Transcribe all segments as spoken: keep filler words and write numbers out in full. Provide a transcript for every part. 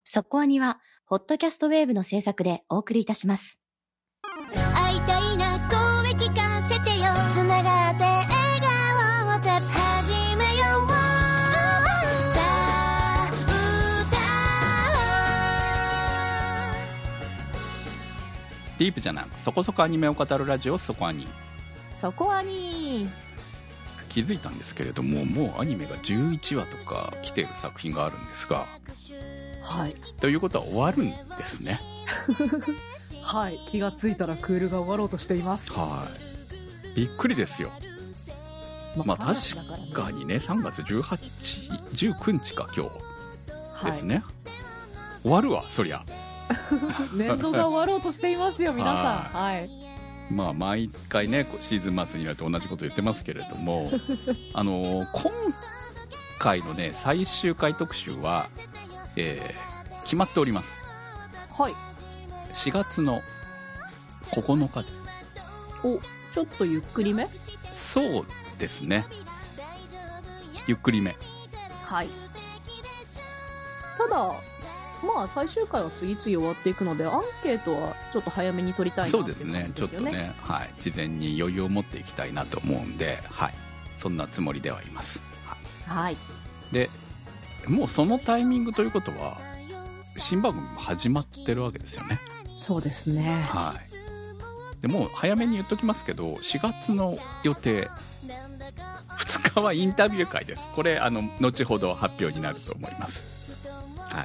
そこアニはホットキャストウェーブの制作でお送りいたします。 会いたいな、声聞かせてよ。つながって笑顔を始めよう。さあ歌おう。 ディープじゃなくそこそこアニメを語るラジオ、そこアニ。 そこアニ。 気づいたんですけれども、もうアニメがじゅういちわとか来ている作品があるんですが、 はい、 ということは終わるんですね。 はい、気がついたらクールが終わろうとしています。 はい、びっくりですよ。まあ、まあ、確かにね、さんがつじゅうはち、じゅうくにちか今日ですね、はい、終わるわそりゃ。 年度が終わろうとしていますよ皆さん。はい、はい、 まあ毎回ねシーズン末になると同じこと言ってますけれどもあの今回のね最終回特集は、えー、決まっております。 はい、 しがつのここのかです。 お、ちょっとゆっくりめ。 そうですね、ゆっくりめ。 はい。ただまあ最終回は次々終わっていくので、アンケートはちょっと早めに取りたいなっていう感じですよね。 そうですね、ちょっとね、はい、事前に余裕を持っていきたいなと思うんで、はい、そんなつもりではいます。 はい、はい、 でもうそのタイミングということは新番組も始まってるわけですよね。 そうですね、 はい、でもう早めに言っときますけど、しがつの予定ふつかはインタビュー会です。これあの後ほど発表になると思います。はい、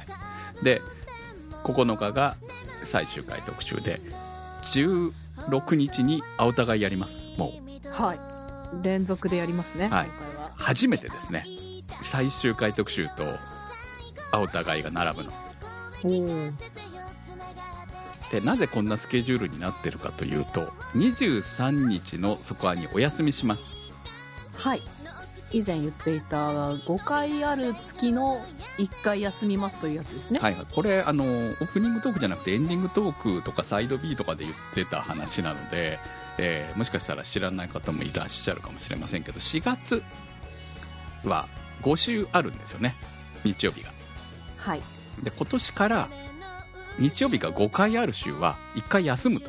でここのかが最終回特集で、じゅうろくにちに青互いやります。もう、はい、連続でやりますね、 はい、 今回は初めてですね、最終回特集と青互いが並ぶの。 おー。 でなぜこんなスケジュールになってるかというと、にじゅうさんにちのそこはにお休みします。 はい、以前言っていたごかいある月のいっかい休みますというやつですね。 はい、これあのオープニングトークじゃなくてエンディングトークとかサイド B とかで言ってた話なので、えー、もしかしたら知らない方もいらっしゃるかもしれませんけど、しがつはごしゅうあるんですよね、日曜日が。 はい、 で今年から日曜日がごかいある週はいっかい休むと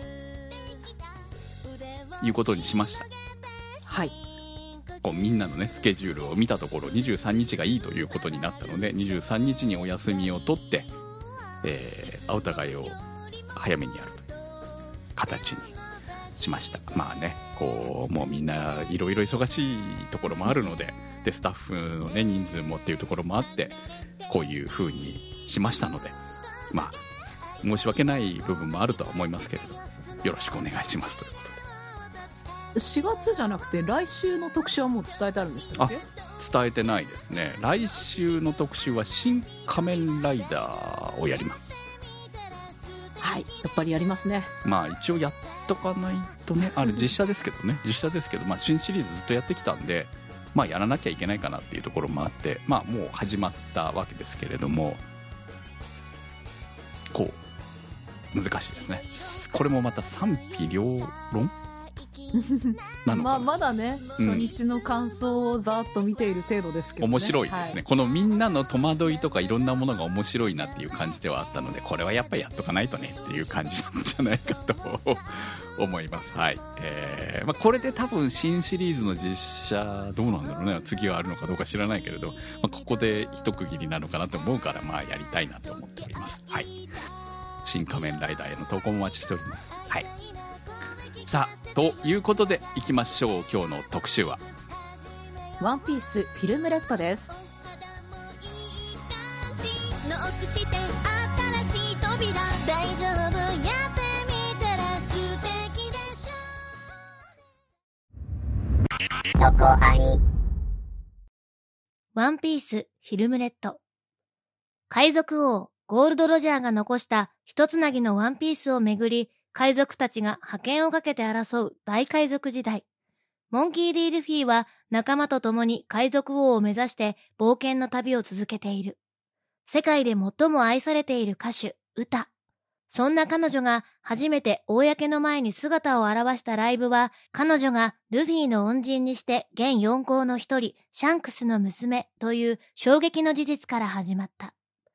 いうことにしました。 はい、 こうみんなのねスケジュールを見たところにじゅうさんにちがいいということになったので、にじゅうさんにちにお休みを取って、えー、お互いを早めにやるという形にしました。まあね、こうもうみんないろいろ忙しいところもあるので、でスタッフの、ね、人数もっていうところもあってこういう風にしましたので、まあ申し訳ない部分もあるとは思いますけれど、よろしくお願いしますということで。 しがつじゃなくて来週の特集はもう伝えてあるんでしたっけ？ あ、伝えてないですね。来週の特集は新仮面ライダーをやります。 はい、やっぱりやりますね。 まあ一応やっとかないとね、あれ実写ですけどね実写ですけど、まあ、新シリーズずっとやってきたんで、まあやらなきゃいけないかなっていうところもあって、まあもう始まったわけですけれども、こう難しいですね。これもまた賛否両論なのかな。 まあまだね、 うん、 初日の感想をざーっと見ている程度ですけどね。 面白いですね、はい、このみんなの戸惑いとかいろんなものが面白いなっていう感じではあったので、これはやっぱりやっとかないとねっていう感じなんじゃないかと思います。はい、えーまあ、これで多分新シリーズの実写どうなんだろうね、次はあるのかどうか知らないけれど、まあ、ここで一区切りなのかなと思うから、まあやりたいなと思っております。はい、新仮面ライダーへの投稿もお待ちしております。はい、さあということでいきましょう。今日の特集はワンピースフィルムレッドです。 ノックして新しい扉、大丈夫やってみたら素敵でしょ。そこアニ。 ワンピースフィルムレッド。海賊王ゴールドロジャーが残した一つなぎのワンピースをめぐり、海賊たちが覇権をかけて争う大海賊時代。モンキー・ディ・ルフィは仲間と共に海賊王を目指して冒険の旅を続けている。世界で最も愛されている歌手、ウタ。そんな彼女が初めて公の前に姿を現したライブは、彼女がルフィの恩人にして現四皇の一人、シャンクスの娘という衝撃の事実から始まった。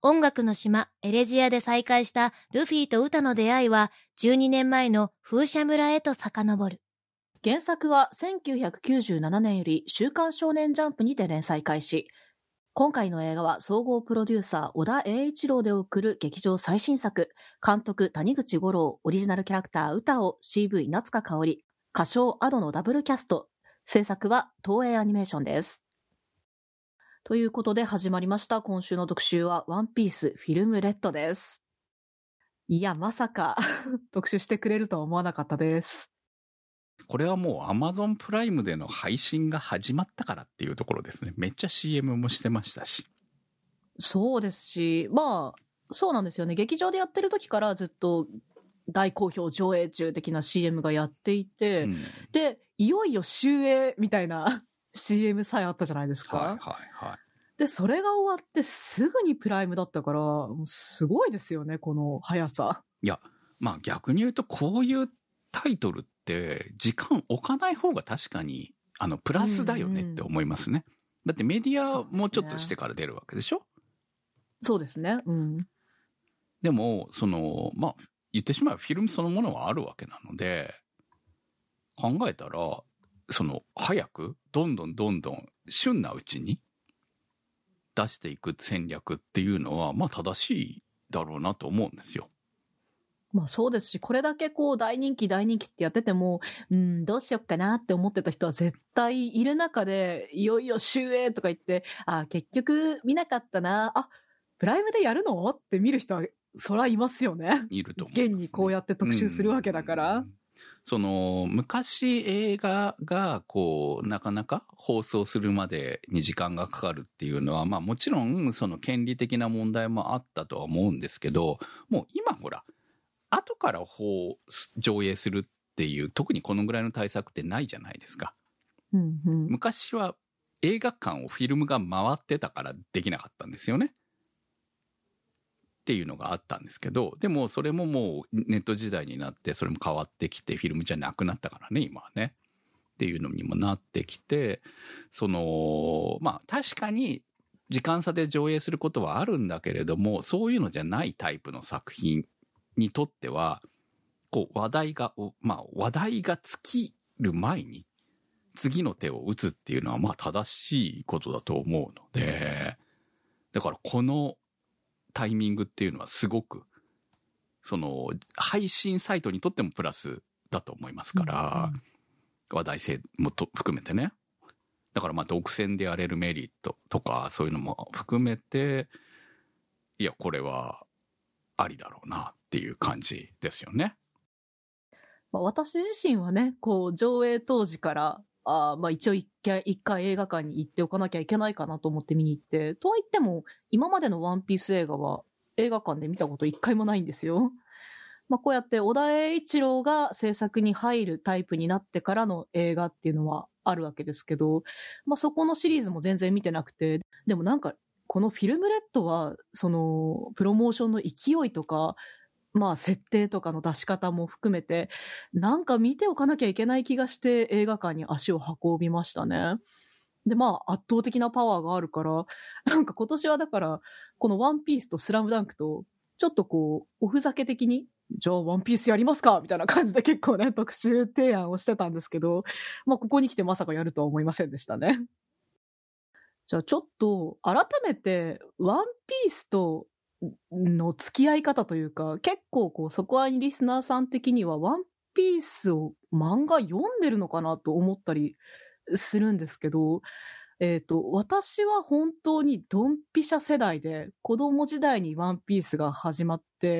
音楽の島エレジアで再会したルフィとウタの出会いはじゅうにねんまえの風車村へと遡る。 原作はせんきゅうひゃくきゅうじゅうななねんより週刊少年ジャンプにて連載開始。今回の映画は総合プロデューサー小田栄一郎で送る劇場最新作、監督谷口五郎、オリジナルキャラクター歌を シーブイ 夏香香織、歌唱アドのダブルキャスト、制作は東映アニメーションです。ということで始まりました今週の特集はワンピースフィルムレッドです。いや、まさか特集してくれるとは思わなかったです。 これはもう Amazon プライムでの配信が始まったからっていうところですね。めっちゃ シーエム もしてましたし。 そうですし、まあ、そうなんですよね。劇場でやってる時からずっと大好評上映中的な シーエム がやっていて、うん、で、いよいよ終映みたいなシーエム さえあったじゃないですか。 はいはいはい。 で、それが終わってすぐにプライムだったから、もうすごいですよね、この速さ。 いや、まあ逆に言うとこういうタイトルって時間置かない方が確かにあのプラスだよねって思いますね。うんうん、だってメディアもうちょっとしてから出るわけでしょ。 そうですね。うん。 でもそのまあ言ってしまえばフィルムそのものはあるわけなので、考えたらその早くどんどんどんどん旬なうちに出していく戦略っていうのはまあ正しいだろうなと思うんですよ。 まあそうですし、これだけこう大人気大人気ってやってても、うん、どうしよっかなって思ってた人は絶対いる中で、いよいよ終映とか言って、あ、結局見なかったな、あ、プライムでやるのって見る人はそらいますよね。 いると思いますね。 現にこうやって特集するわけだから。 その昔映画がこうなかなか放送するまでに時間がかかるっていうのは、まあもちろんその権利的な問題もあったとは思うんですけど、もう今ほら後から放上映するっていう特にこのぐらいの対策ってないじゃないですか。 うんうん、 昔は映画館をフィルムが回ってたからできなかったんですよねっていうのがあったんですけど、でもそれももうネット時代になってそれも変わってきてフィルムじゃなくなったからね今はねっていうのにもなってきて、そのまあ確かに時間差で上映することはあるんだけれども、そういうのじゃないタイプの作品にとってはこう話題がまあ話題が尽きる前に次の手を打つっていうのはまあ正しいことだと思うので、だからこのタイミングっていうのはすごくその配信サイトにとってもプラスだと思いますから、うんうん、話題性もと含めてね。だからまあ独占でやれるメリットとかそういうのも含めて、いやこれはありだろうなっていう感じですよね。 まあ、私自身はね、こう上映当時からあまあ一応一回一回映画館に行っておかなきゃいけないかなと思って見に行って、とは言っても今までのワンピース映画は映画館で見たこと一回もないんですよ。まあこうやって小田栄一郎が制作に入るタイプになってからの映画っていうのはあるわけですけど、まあそこのシリーズも全然見てなくて、でもなんかこのフィルムレッドはそのプロモーションの勢いとかまあ設定とかの出し方も含めてなんか見ておかなきゃいけない気がして映画館に足を運びましたね。でまあ圧倒的なパワーがあるからなんか今年はだからこのワンピースとスラムダンクとちょっとこうおふざけ的にじゃあワンピースやりますかみたいな感じで結構ね特集提案をしてたんですけど、まあここに来てまさかやるとは思いませんでしたね。じゃあちょっと改めてワンピースとの付き合い方というか、結構こうそこはリスナーさん的にはワンピースを漫画読んでるのかなと思ったりするんですけど、えっと私は本当にドンピシャ世代で子供時代にワンピースが始まって、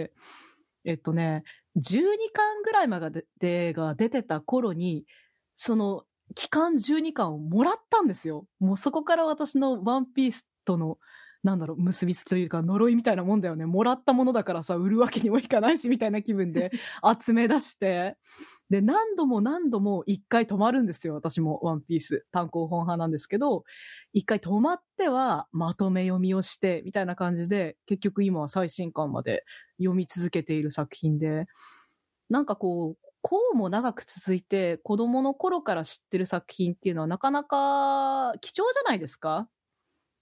えっとねじゅうにかんぐらいまでが出てた頃にその期間じゅうにかんをもらったんですよ。もうそこから私のワンピースとのなんだろう結びつきというか呪いみたいなもんだよね。もらったものだからさ売るわけにもいかないしみたいな気分で集め出してで何度も何度も一回止まるんですよ。私もワンピース単行本派なんですけど、一回止まってはまとめ読みをしてみたいな感じで結局今は最新刊まで読み続けている作品で、なんかこうこうも長く続いて子供の頃から知ってる作品っていうのはなかなか貴重じゃないですか。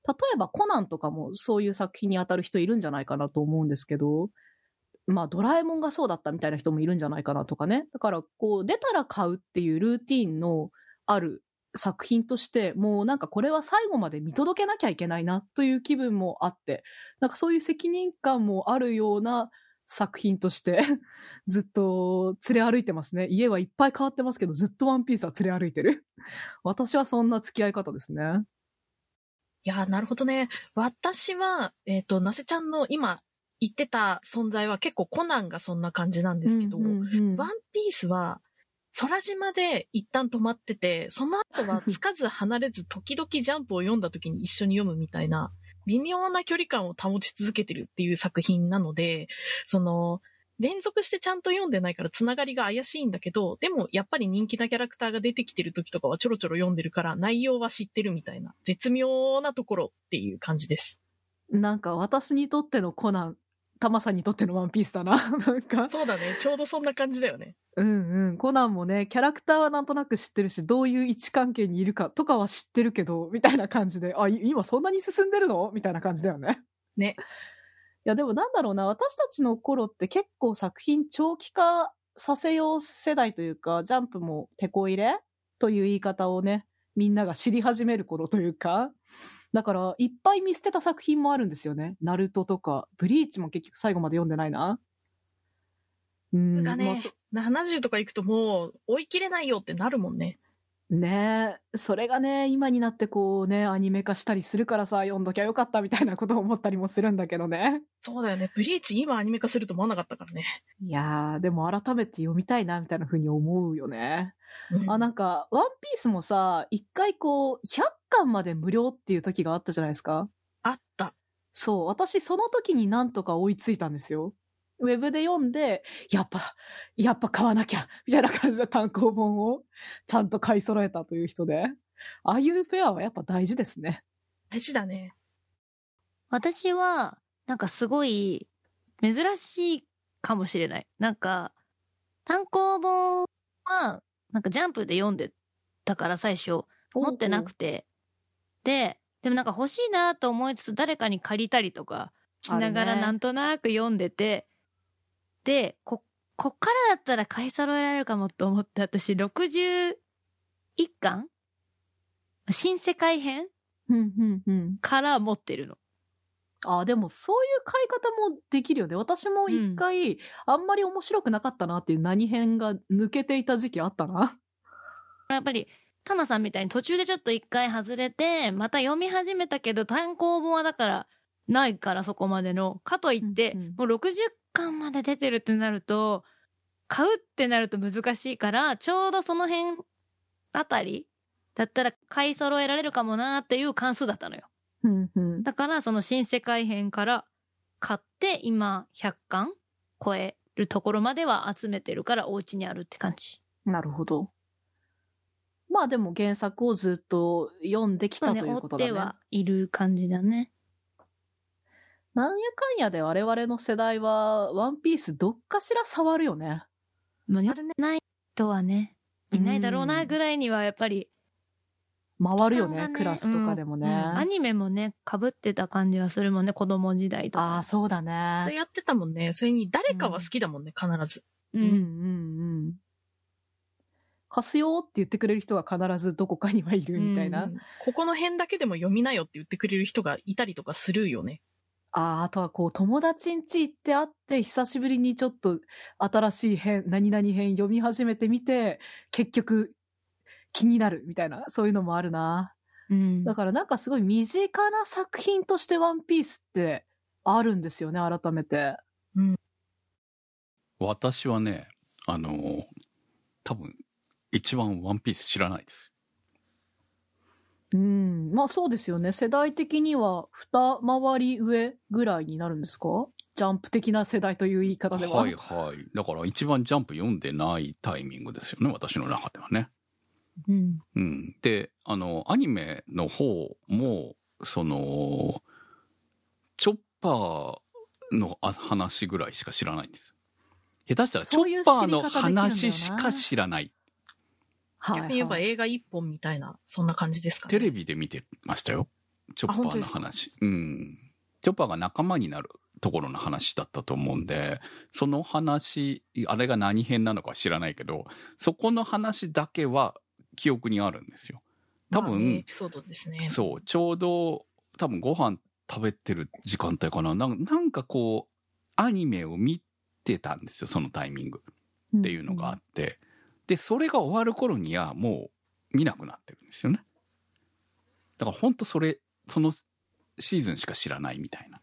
例えばコナンとかもそういう作品に当たる人いるんじゃないかなと思うんですけど、まあドラえもんがそうだったみたいな人もいるんじゃないかなとかね。だからこう出たら買うっていうルーティーンのある作品として、もうなんかこれは最後まで見届けなきゃいけないなという気分もあって、なんかそういう責任感もあるような作品としてずっと連れ歩いてますね。家はいっぱい変わってますけど、ずっとワンピースは連れ歩いてる。私はそんな付き合い方ですね。 いやー、なるほどね。私は、えっと、なせちゃんの今言ってた存在は結構コナンがそんな感じなんですけど、 うんうんうん、 ワンピースは空島で一旦止まってて、その後はつかず離れず時々ジャンプを読んだ時に一緒に読むみたいな、微妙な距離感を保ち続けてるっていう作品なので、その、連続してちゃんと読んでないからつながりが怪しいんだけど、でもやっぱり人気なキャラクターが出てきてる時とかはちょろちょろ読んでるから内容は知ってるみたいな絶妙なところっていう感じです。 なんか私にとってのコナン、タマさんにとってのワンピースだな。なんかそうだね、ちょうどそんな感じだよね。 うんうん。コナンもね、キャラクターはなんとなく知ってるし、どういう位置関係にいるかとかは知ってるけど、みたいな感じで、あ、今そんなに進んでるのみたいな感じだよね。 ね。 いやでもなんだろうな、私たちの頃って結構作品長期化させよう世代というか、ジャンプもテこ入れという言い方をね、みんなが知り始める頃というか、だからいっぱい見捨てた作品もあるんですよね。ナルトとか、ブリーチも結局最後まで読んでないな。 うん、がね、まあ、ななじゅうとかいくともう追い切れないよってなるもんね。 ねえ、それがね、今になってこうね、アニメ化したりするからさ、読んどきゃよかったみたいなことを思ったりもするんだけどね。 そうだよね。ブリーチ今アニメ化すると思わなかったからね。 いやー、でも改めて読みたいなみたいな風に思うよね。うん、あ、なんか、ワンピースもさ、一回こう、ひゃっかんまで無料っていう時があったじゃないですか。 あった。 そう、私その時になんとか追いついたんですよ。ウェブで読んで、やっぱ、やっぱ買わなきゃ、みたいな感じで単行本をちゃんと買い揃えたという人で、ああいうフェアはやっぱ大事ですね。 大事だね。 私は、なんかすごい、珍しいかもしれない。なんか、単行本は、なんかジャンプで読んでたから最初、持ってなくて。で、でもなんか欲しいなと思いつつ誰かに借りたりとかしながらなんとなく読んでて、で、こ、こっからだったら買い揃えられるかもと思って、私ろくじゅういっかん新世界編から持ってるの。 ああ、でもそういう買い方もできるよね。私も一回、うん、あんまり面白くなかったなっていう何編が抜けていた時期あったな。 やっぱり、タマさんみたいに途中でちょっと一回外れて、また読み始めたけど、単行本はだからないからそこまでの。かといって、うんうん、もうろくじゅっかんまで出てるってなると、買うってなると難しいから、ちょうどその辺あたりだったら買い揃えられるかもなっていう関数だったのよ。 うんうん、 だからその新世界編から買って今ひゃっかん超えるところまでは集めてるからお家にあるって感じ。 なるほど。まあでも原作をずっと読んできたということだね。 追ってはいる感じだね。 なんやかんやで我々の世代はワンピースどっかしら触るよね。 まあ、ない人はね、いないだろうなぐらいにはやっぱり回るよね、クラスとかでもね、うんうん。 アニメもね、被ってた感じはするもんね、子供時代とか。 ああ、そうだね。 やってたもんね。それに誰かは好きだもんね、うん、必ず。 うんうんうん。貸すよって言ってくれる人が必ずどこかにはいるみたいな。 うん、ここの辺だけでも読みなよって言ってくれる人がいたりとかするよね。 ああ、あとはこう友達ん家行って会って久しぶりにちょっと新しい編、何々編読み始めてみて、結局気になるみたいな、そういうのもあるな。うん。だからなんかすごい身近な作品としてワンピースってあるんですよね、改めて。 うん。 私はね、あの、多分一番ワンピース知らないです。 うん、まあそうですよね。世代的には二回り上ぐらいになるんですか？ジャンプ的な世代という言い方では。 はいはい。だから一番ジャンプ読んでないタイミングですよね、私の中ではね。 うん。 うん。で、あの、アニメの方も、その、チョッパーの話ぐらいしか知らないんです。下手したらチョッパーの話しか知らない。 逆に言えば映画一本みたいな、そんな感じですかね。 テレビで見てましたよ。 チョッパーの話。うん。チョッパーが仲間になるところの話だったと思うんで、その話、あれが何編なのかは知らないけど、そこの話だけは記憶にあるんですよ。多分、 まあね、エピソードですね。 そう、ちょうど多分ご飯食べてる時間帯かな。な、なんかこう、アニメを見てたんですよ、そのタイミングっていうのがあって。うんうん、で、それが終わる頃にはもう見なくなってるんですよね。だから本当それ、そのシーズンしか知らないみたいな。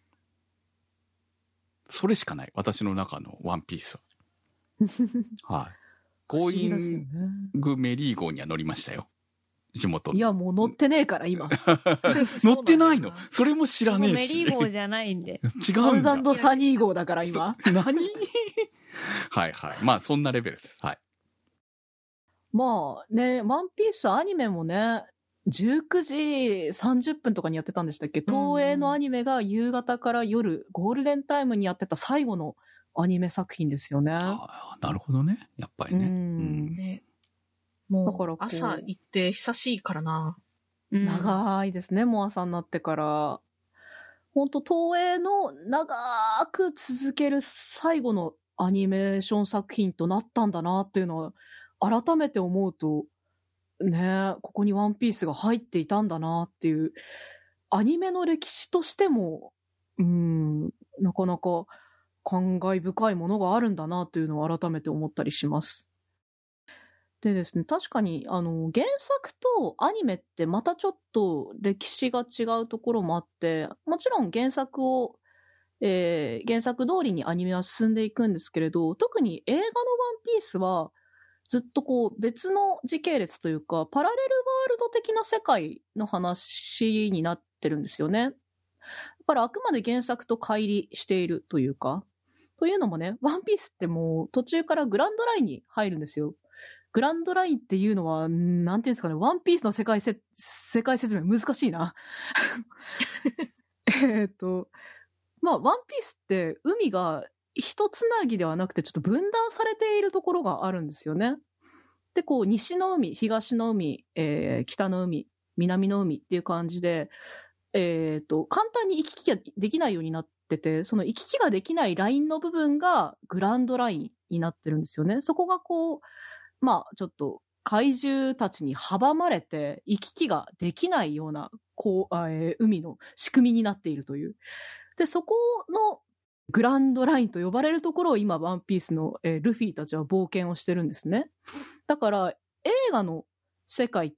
それしかない。私の中のワンピースは。はい。ゴーイングメリー号には乗りましたよ。地元の。 いや、もう乗ってねえから、今。 乗ってないの？それも知らねえし。 メリー号じゃないんで。 違うんだ。 サンザンサニー号だから、今。 何はいはい。まあ、そんなレベルです。はい。 まあね、ワンピースアニメもね、じゅうくじさんじゅっぷんとかにやってたんでしたっけ？東映のアニメが夕方から夜、ゴールデンタイムにやってた最後のアニメ作品ですよね。 ああ、なるほどね。やっぱりね。うん、 ね、もう朝行って久しいからな。 長いですね、もう朝になってから。本当東映の長く続ける最後のアニメーション作品となったんだなっていうのは改めて思うと、ね、ここにワンピースが入っていたんだなっていう、アニメの歴史としても、うーん、なかなか感慨深いものがあるんだなというのを改めて思ったりします。でですね、確かにあの原作とアニメってまたちょっと歴史が違うところもあって、もちろん原作を、えー、原作通りにアニメは進んでいくんですけれど、特に映画のワンピースはずっとこう別の時系列というか、パラレルワールド的な世界の話になってるんですよね。だからあくまで原作と乖離しているというか、というのもね、ワンピースってもう途中からグランドラインに入るんですよ。グランドラインっていうのは、なんていうんですかね、ワンピースの世界せ、世界説明難しいな。えっと、まあ、ワンピースって海が一つなぎではなくてちょっと分断されているところがあるんですよね。で、こう、西の海、東の海、えー、北の海、南の海っていう感じで、えっと、簡単に行き来ができないようになってて、その行き来ができないラインの部分がグランドラインになってるんですよね。そこがこう、まあ、ちょっと怪獣たちに阻まれて行き来ができないような、こう、えー、海の仕組みになっているという。で、そこのグランドラインと呼ばれるところを今、ワンピースの、えー、ルフィたちは冒険をしてるんですね。だから、映画の世界って、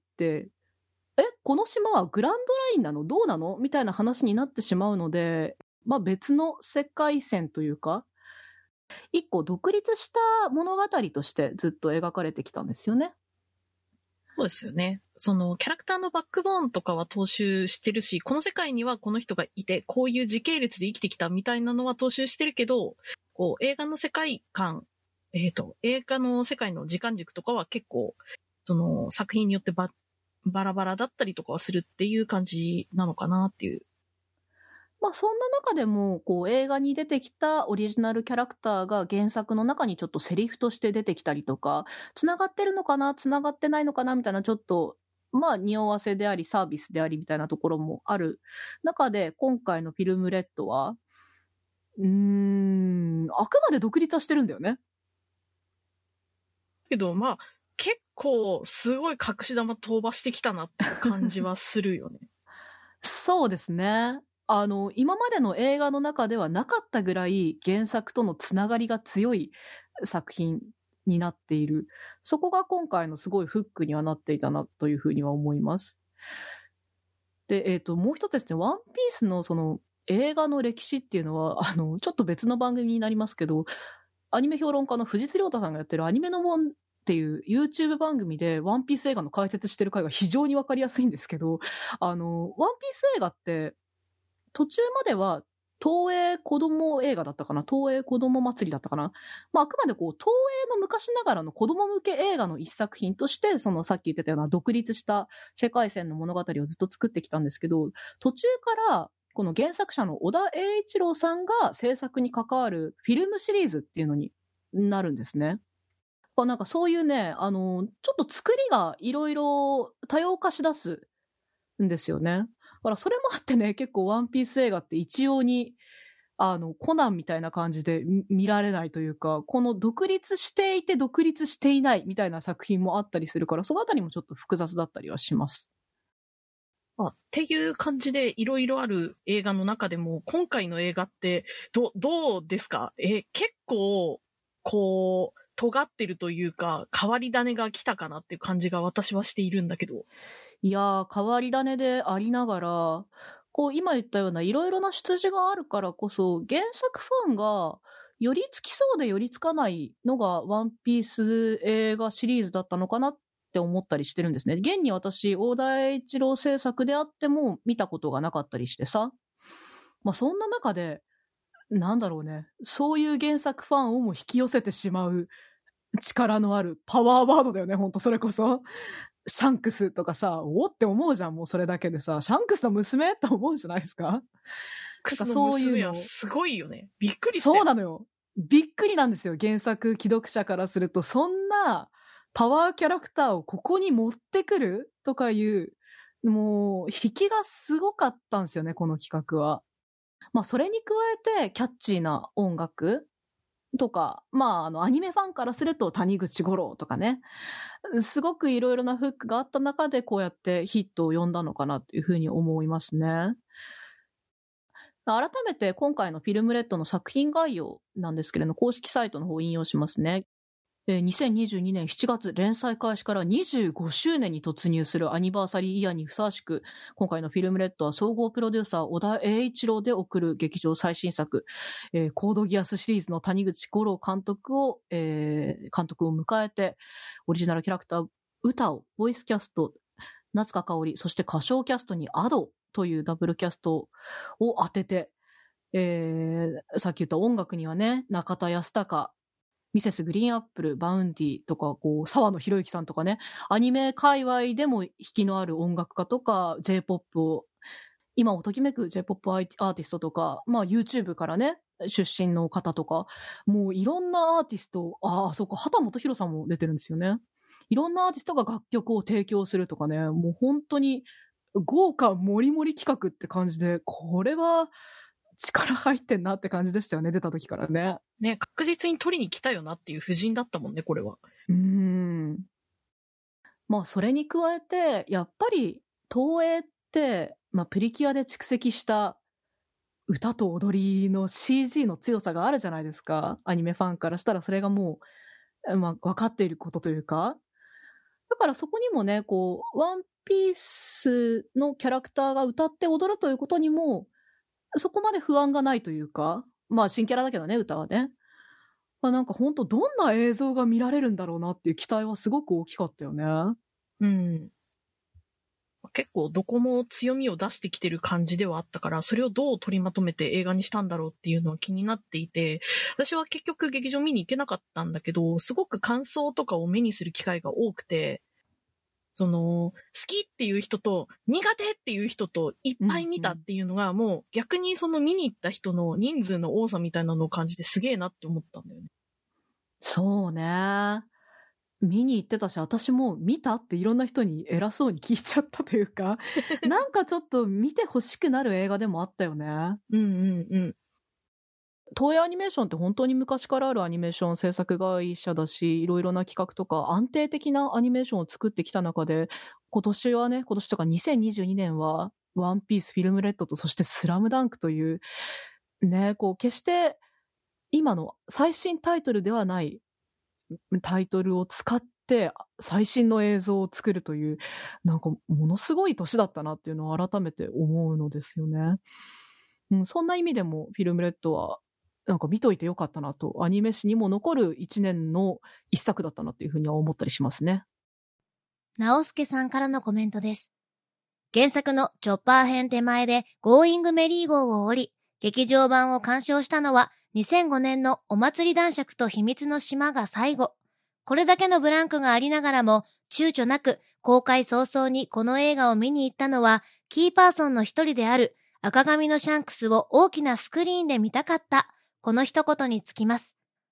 え、この島はグランドラインなの？どうなの？みたいな話になってしまうので、まあ別の世界線というか、一個独立した物語としてずっと描かれてきたんですよね。 そうですよね。そのキャラクターのバックボーンとかは踏襲してるし、この世界にはこの人がいて、こういう時系列で生きてきたみたいなのは踏襲してるけど、こう映画の世界観、えっと、映画の世界の時間軸とかは結構、その作品によってババラバラだったりとかはするっていう感じなのかなっていう。 まあそんな中でも、こう映画に出てきたオリジナルキャラクターが原作の中にちょっとセリフとして出てきたりとか、繋がってるのかな、繋がってないのかなみたいなちょっと、まあ匂わせでありサービスでありみたいなところもある中で、今回のフィルムレッドは、うーん、あくまで独立はしてるんだよね。 けどまあ結構すごい隠し玉飛ばしてきたなって感じはするよね。 そうですね。あの、今までの映画の中ではなかったぐらい原作とのつながりが強い作品になっている。そこが今回のすごいフックにはなっていたなというふうには思います。で、えっと、もう一つですね、ワンピースのその映画の歴史っていうのは、あの、ちょっと別の番組になりますけど、アニメ評論家の藤津亮太さんがやってるアニメの門っていう YouTube 番組でワンピース映画の解説してる回が非常にわかりやすいんですけど、あの、ワンピース映画って、途中までは東映子供映画だったかな、東映子供祭りだったかな、まあ、あくまでこう東映の昔ながらの子供向け映画の一作品として、そのさっき言ってたような独立した世界線の物語をずっと作ってきたんですけど、途中からこの原作者の小田栄一郎さんが制作に関わるフィルムシリーズっていうのになるんですね。なんかそういうね、あのちょっと作りがいろいろ多様化しだすんですよね。 からそれもあってね、結構ワンピース映画って一様に、あの、コナンみたいな感じで見られないというか、この独立していて独立していないみたいな作品もあったりするから、そのあたりもちょっと複雑だったりはします。 あ、っていう感じでいろいろある映画の中でも、今回の映画ってど、どうですか？え、結構、こう、尖ってるというか、変わり種が来たかなっていう感じが私はしているんだけど。 いやー、変わり種でありながら、こう今言ったようないろいろな出自があるからこそ、原作ファンが寄りつきそうで寄りつかないのがワンピース映画シリーズだったのかなって思ったりしてるんですね。現に私、大田栄一郎制作であっても見たことがなかったりしてさ。まあそんな中で、なんだろうね、そういう原作ファンをも引き寄せてしまう力のあるパワーワードだよね、ほんとそれこそ。シャンクスとかさ、おって思うじゃん、もうそれだけでさ、シャンクスの娘って思うじゃないですか。 クスの娘はすごいよね。びっくりして。 そうなのよ。びっくりなんですよ、原作既読者からすると。そんなパワーキャラクターをここに持ってくるとかいう、もう引きがすごかったんですよね、この企画は。まあそれに加えてキャッチーな音楽とか、まあ、あの、アニメファンからすると谷口五郎とかね、すごくいろいろなフックがあった中でこうやってヒットを呼んだのかなというふうに思いますね。改めて今回のフィルムレッドの作品概要なんですけれども、公式サイトの方を引用しますね。にせんにじゅうにねんしちがつ連載開始からにじゅうごしゅうねんに突入するアニバーサリーイヤーにふさわしく、今回のフィルムレッドは総合プロデューサー小田栄一郎で送る劇場最新作、えー、コードギアスシリーズの谷口五郎監督を、えー、監督を迎えて、オリジナルキャラクター歌をボイスキャスト、夏香香織、そして歌唱キャストにアドというダブルキャストを当てて、えー、さっき言った音楽にはね、中田康隆、ミセスグリーンアップル、バウンディとか、こう、沢野博之さんとかね、アニメ界隈でも引きのある音楽家とか、J-ポップ を、今をときめく J-ポップ アーティストとか、まあ YouTube からね、出身の方とか、もういろんなアーティスト、ああ、そうか、畑本博さんも出てるんですよね。いろんなアーティストが楽曲を提供するとかね、もう本当に豪華もりもり企画って感じで、これは、力入ってんなって感じでしたよね、出た時からね。 ね、確実に取りに来たよなっていう布陣だったもんね、これは。 うーん。まあ、それに加えて、やっぱり、東映って、まあ、プリキュアで蓄積した歌と踊りの シージー の強さがあるじゃないですか。アニメファンからしたらそれがもう、まあ、分かっていることというか。だからそこにもね、こう、ワンピースのキャラクターが歌って踊るということにも、そこまで不安がないというか、まあ新キャラだけどね、歌はね。まあ、なんか本当どんな映像が見られるんだろうなっていう期待はすごく大きかったよね。 うん。結構どこも強みを出してきてる感じではあったから、それをどう取りまとめて映画にしたんだろうっていうのは気になっていて、私は結局劇場見に行けなかったんだけど、すごく感想とかを目にする機会が多くて、その、好きっていう人と苦手っていう人といっぱい見たっていうのが、もう逆にその見に行った人の人数の多さみたいなのを感じてすげえなって思ったんだよね。 そうね。見に行ってたし、私も見たっていろんな人に偉そうに聞いちゃったというか、なんかちょっと見てほしくなる映画でもあったよね。 うんうんうん。 東映アニメーションって本当に昔からあるアニメーション制作会社だし、いろいろな企画とか安定的なアニメーションを作ってきた中で、今年はね、今年とかにせんにじゅうにねんは、ワンピース、フィルムレッドと、そしてスラムダンクという、ね、こう、決して今の最新タイトルではないタイトルを使って最新の映像を作るという、なんかものすごい年だったなっていうのを改めて思うのですよね。うん、そんな意味でもフィルムレッドはなんか見といてよかったなと、アニメ史にも残る一年の一作だったなっていうふうには思ったりしますね。 直輔さんからのコメントです。原作のチョッパー編手前でゴーイングメリー号を降り、劇場版を鑑賞したのはにせんごねんのお祭り男爵と秘密の島が最後。これだけのブランクがありながらも、躊躇なく公開早々にこの映画を見に行ったのは、キーパーソンの一人である赤髪のシャンクスを大きなスクリーンで見たかった。この一言につきます。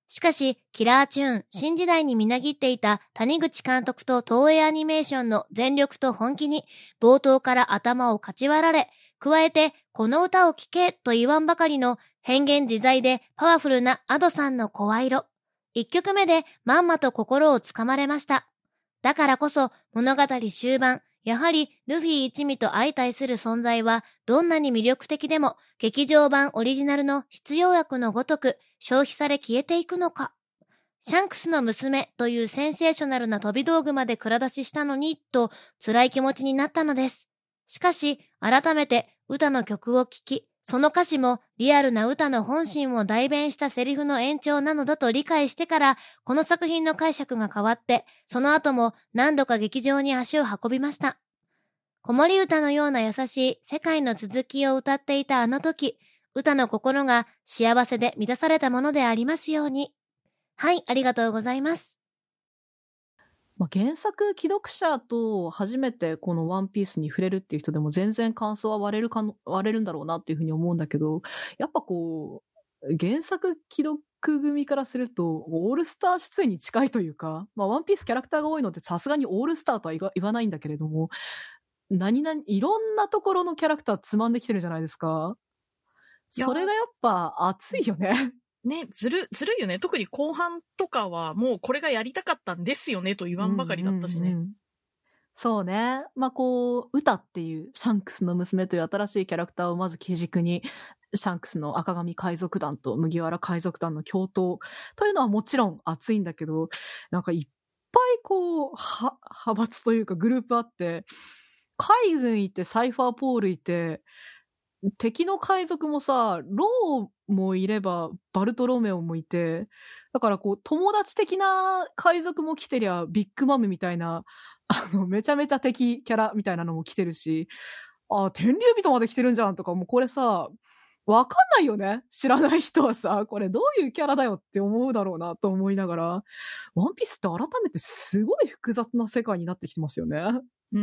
しかし、キラーチューン、新時代にみなぎっていた谷口監督と東映アニメーションの全力と本気に、冒頭から頭をかち割られ、加えて、この歌を聴けと言わんばかりの変幻自在でパワフルな Ado さんの声色。一曲目でまんまと心をつかまれました。だからこそ物語終盤、やはりルフィ一味と相対する存在はどんなに魅力的でも劇場版オリジナルの必要悪のごとく消費され消えていくのか。シャンクスの娘というセンセーショナルな飛び道具まで蔵出ししたのにと辛い気持ちになったのです。しかし改めて歌の曲を聴き、その歌詞もリアルな歌の本心を代弁したセリフの延長なのだと理解してから、この作品の解釈が変わって、その後も何度か劇場に足を運びました。子守歌のような優しい世界の続きを歌っていたあの時、歌の心が幸せで満たされたものでありますように。はい、ありがとうございます。 まあ、原作既読者と初めてこのワンピースに触れるっていう人でも全然感想は割れるかの、割れるんだろうなっていうふうに思うんだけど、やっぱこう、原作既読組からすると、オールスター出演に近いというか、まあ、ワンピースキャラクターが多いのでさすがにオールスターとは言わ言わないんだけれども、何々、いろんなところのキャラクターつまんできてるじゃないですか。それがやっぱ熱いよね。 ね、ずる、ずるいよね。特に後半とかはもうこれがやりたかったんですよねと言わんばかりだったしね。 うんうんうん、そうね。まあこう、歌っていうシャンクスの娘という新しいキャラクターをまず基軸に、シャンクスの赤髪海賊団と麦わら海賊団の共闘というのはもちろん熱いんだけど、なんかいっぱいこう、は、派閥というかグループあって、海軍いて、サイファーポールいて、敵の海賊もさ、ローもいれば、バルトロメオもいて、だからこう、友達的な海賊も来てりゃ、ビッグマムみたいな、あの、めちゃめちゃ敵キャラみたいなのも来てるし、あ、天竜人まで来てるんじゃんとか、もうこれさ、わかんないよね。知らない人はさ、これどういうキャラだよって思うだろうなと思いながら、ワンピースって改めてすごい複雑な世界になってきてますよね。 うん。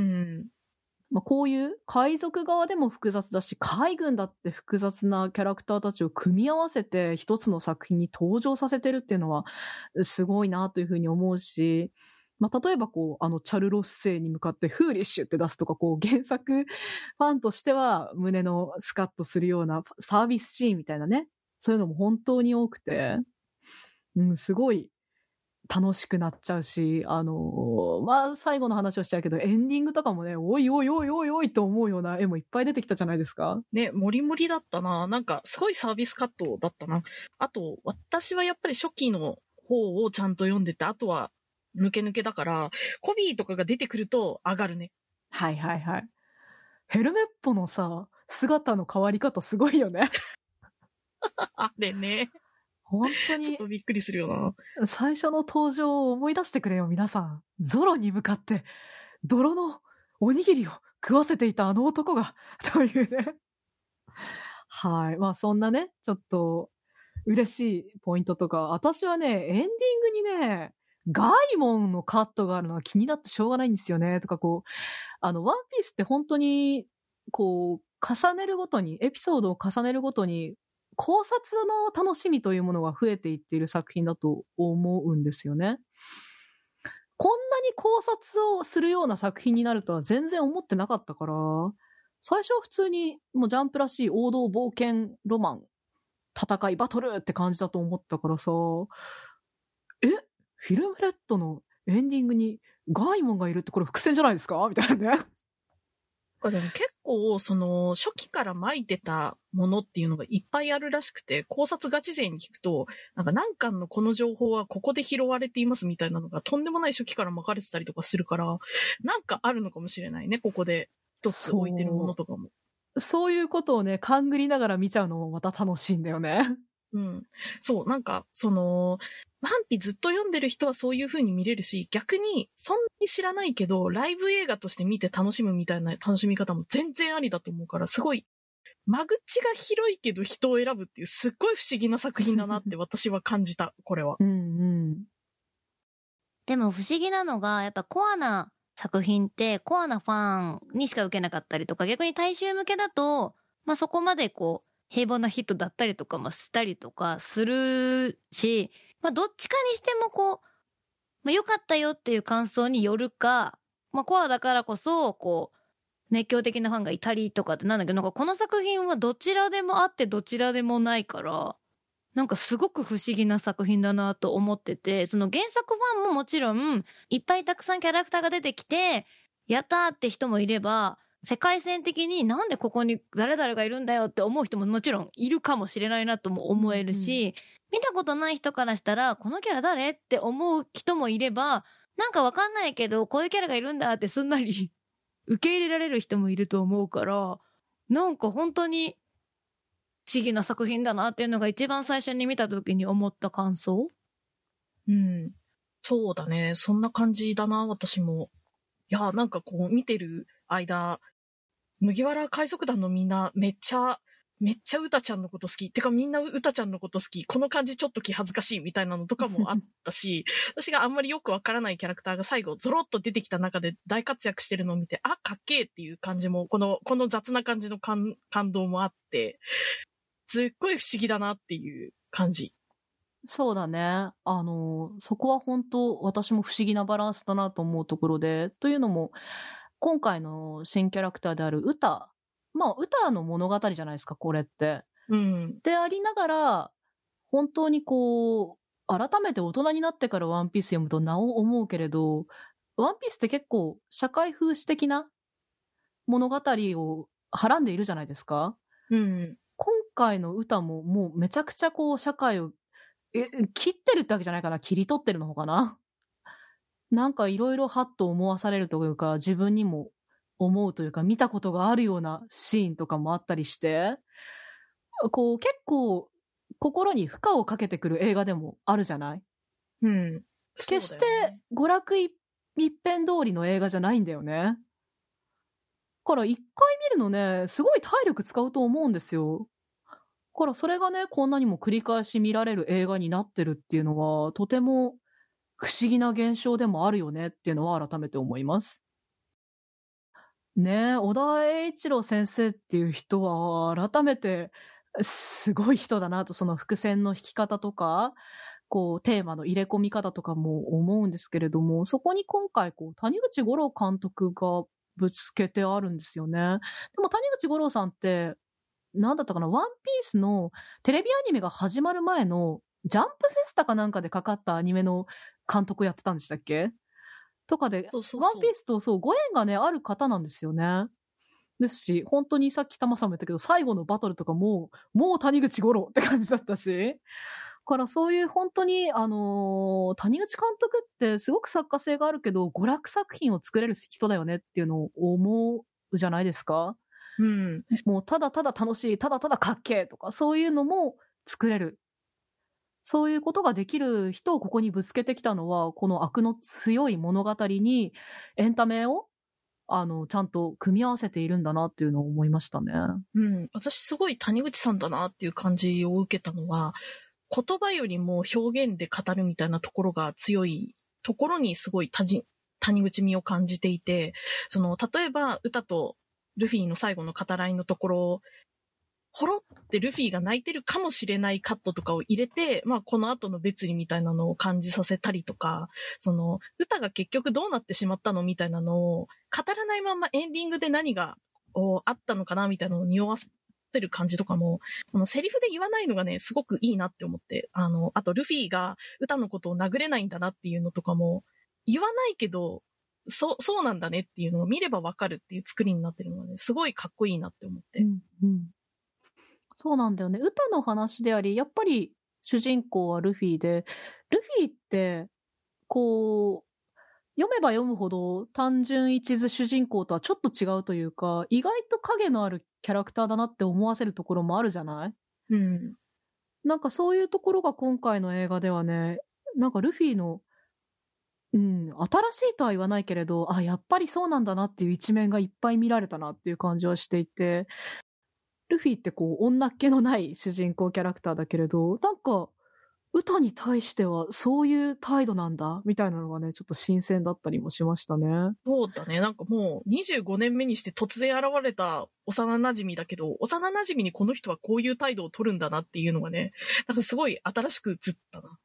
まあ、こういう海賊側でも複雑だし、海軍だって複雑なキャラクターたちを組み合わせて一つの作品に登場させてるっていうのはすごいなというふうに思うし、まあ、例えばこう、あの、チャルロッセイに向かってフーリッシュって出すとか、こう、原作ファンとしては胸のスカッとするようなサービスシーンみたいなね、そういうのも本当に多くて、うん、すごい楽しくなっちゃうし、あのー、まあ、最後の話をしちゃうけど、エンディングとかもね、おいおいおいおいおいと思うような絵もいっぱい出てきたじゃないですか。 ね、もりもりだったな。なんか、すごいサービスカットだったな。あと、私はやっぱり初期の方をちゃんと読んでて、あとは抜け抜けだから、コビーとかが出てくると上がるね。 はいはいはい。ヘルメッポのさ、姿の変わり方すごいよね。 あれね。 本当に。 ちょっとびっくりするよな。最初の登場を思い出してくれよ、皆さん。ゾロに向かって、泥のおにぎりを食わせていたあの男が、というね。はい。まあそんなね、ちょっと嬉しいポイントとか、私はね、エンディングにね、ガイモンのカットがあるのが気になってしょうがないんですよね、とかこう、あの、ワンピースって本当に、こう、重ねるごとに、エピソードを重ねるごとに、考察の楽しみというものが増えていっている作品だと思うんですよね。こんなに考察をするような作品になるとは全然思ってなかったから、最初は普通にもうジャンプらしい王道冒険ロマン、戦いバトルって感じだと思ったからさ、え、フィルムレッドのエンディングにガイモンがいるってこれ伏線じゃないですかみたいなね。 でも結構、その、初期から巻いてたものっていうのがいっぱいあるらしくて、考察ガチ勢に聞くと、なんか何巻のこの情報はここで拾われていますみたいなのがとんでもない初期から巻かれてたりとかするから、なんかあるのかもしれないね、ここで一つ置いてるものとかも。 そう、そういうことをね、勘ぐりながら見ちゃうのもまた楽しいんだよね。 うん。そう、なんか、その、ワンピずっと読んでる人はそういう風に見れるし、逆にそんなに知らないけど、ライブ映画として見て楽しむみたいな楽しみ方も全然ありだと思うから、すごい、間口が広いけど人を選ぶっていうすっごい不思議な作品だなって私は感じた、これは。 うんうん。 でも不思議なのが、やっぱコアな作品ってコアなファンにしか受けなかったりとか、逆に大衆向けだと、まあそこまでこう、平凡なヒットだったりとかもしたりとかするし、 まあどっちかにしてもこう、まあ良かったよっていう感想によるか、まあコアだからこそ、こう、熱狂的なファンがいたりとかってなんだけど、なんかこの作品はどちらでもあってどちらでもないから、なんかすごく不思議な作品だなと思ってて、その原作ファンももちろん、いっぱいたくさんキャラクターが出てきて、やったーって人もいれば、世界線的になんでここに誰々がいるんだよって思う人ももちろんいるかもしれないなとも思えるし、うんうん、見たことない人からしたら、このキャラ誰って思う人もいれば、なんかわかんないけど、こういうキャラがいるんだってすんなり受け入れられる人もいると思うから、なんか本当に不思議な作品だなっていうのが一番最初に見た時に思った感想。 うん。そうだね。そんな感じだな、私も。いや、なんかこう見てる間、麦わら海賊団のみんなめっちゃ、めっちゃうたちゃんのこと好き。てかみんなうたちゃんのこと好き。この感じちょっと気恥ずかしいみたいなのとかもあったし、私があんまりよくわからないキャラクターが最後ゾロッと出てきた中で大活躍してるのを見て、あ、かっけーっていう感じも、この、この雑な感じの感、感動もあって、すっごい不思議だなっていう感じ。 そうだね。あの、そこは本当私も不思議なバランスだなと思うところで、というのも、今回の新キャラクターであるウタ。まあ、ウタの物語じゃないですか、これって。 うん。 でありながら、本当にこう、改めて大人になってからワンピース読むとなお思うけれど、ワンピースって結構社会風刺的な物語をはらんでいるじゃないですか。 うん。 今回の歌ももうめちゃくちゃこう社会をえ切ってるってわけじゃないかな、切り取ってるのかな。なんかいろいろハッと思わされるというか、自分にも思うというか、見たことがあるようなシーンとかもあったりして、こう結構心に負荷をかけてくる映画でもあるじゃない。 うん。 決して娯楽一辺通りの映画じゃないんだよね。だから一回見るのね、すごい体力使うと思うんですよ。だからそれがね、こんなにも繰り返し見られる映画になってるっていうのは、とても不思議な現象でもあるよねっていうのは改めて思います。ねえ、小田栄一郎先生っていう人は改めてすごい人だなと、その伏線の引き方とか、こうテーマの入れ込み方とかも思うんですけれども、そこに今回こう谷口五郎監督がぶつけてあるんですよね。でも谷口五郎さんってなんだったかな、ワンピースのテレビアニメが始まる前のジャンプフェスタかなんかでかかったアニメの監督やってたんでしたっけとかで、 そうそうそう、 ワンピースとそうご縁がねある方なんですよね。ですし、本当にさっき玉さんも言ったけど、最後のバトルとかももう谷口五郎って感じだったし、だからそういう本当にあのー、谷口監督ってすごく作家性があるけど娯楽作品を作れる人だよねっていうのを思うじゃないですか。 うん、 もうただただ楽しい、ただただかっけーとかそういうのも作れる。そういうことができる人をここにぶつけてきたのは、この悪の強い物語にエンタメをあのちゃんと組み合わせているんだなっていうのを思いましたね。 うん、私すごい谷口さんだなっていう感じを受けたのは、言葉よりも表現で語るみたいなところが強いところにすごい谷口味を感じていて、その例えば歌とルフィの最後の語らいのところ、ほろってルフィが泣いてるかもしれないカットとかを入れて、まあこの後の別離みたいなのを感じさせたりとか、その歌が結局どうなってしまったのみたいなのを語らないままエンディングで何があったのかなみたいなのを匂わせる感じとかも、このセリフで言わないのがね、すごくいいなって思って、あの、あとルフィが歌のことを殴れないんだなっていうのとかも、言わないけど、そう、そうなんだねっていうのを見ればわかるっていう作りになってるのがね、すごいかっこいいなって思って。 うんうん、そうなんだよね。歌の話であり、やっぱり主人公はルフィで、ルフィって、こう、読めば読むほど単純一途主人公とはちょっと違うというか、意外と影のあるキャラクターだなって思わせるところもあるじゃない？ うん。 なんかそういうところが今回の映画ではね、なんかルフィの、うん、新しいとは言わないけれど、あ、やっぱりそうなんだなっていう一面がいっぱい見られたなっていう感じはしていて、ルフィってこう女っ気のない主人公キャラクターだけれど、なんか歌に対してはそういう態度なんだみたいなのがね、ちょっと新鮮だったりもしましたね。 そうだね。なんかもうにじゅうごねんめにして突然現れた幼馴染だけど、幼馴染にこの人はこういう態度を取るんだなっていうのがね、なんかすごい新しく映ったな。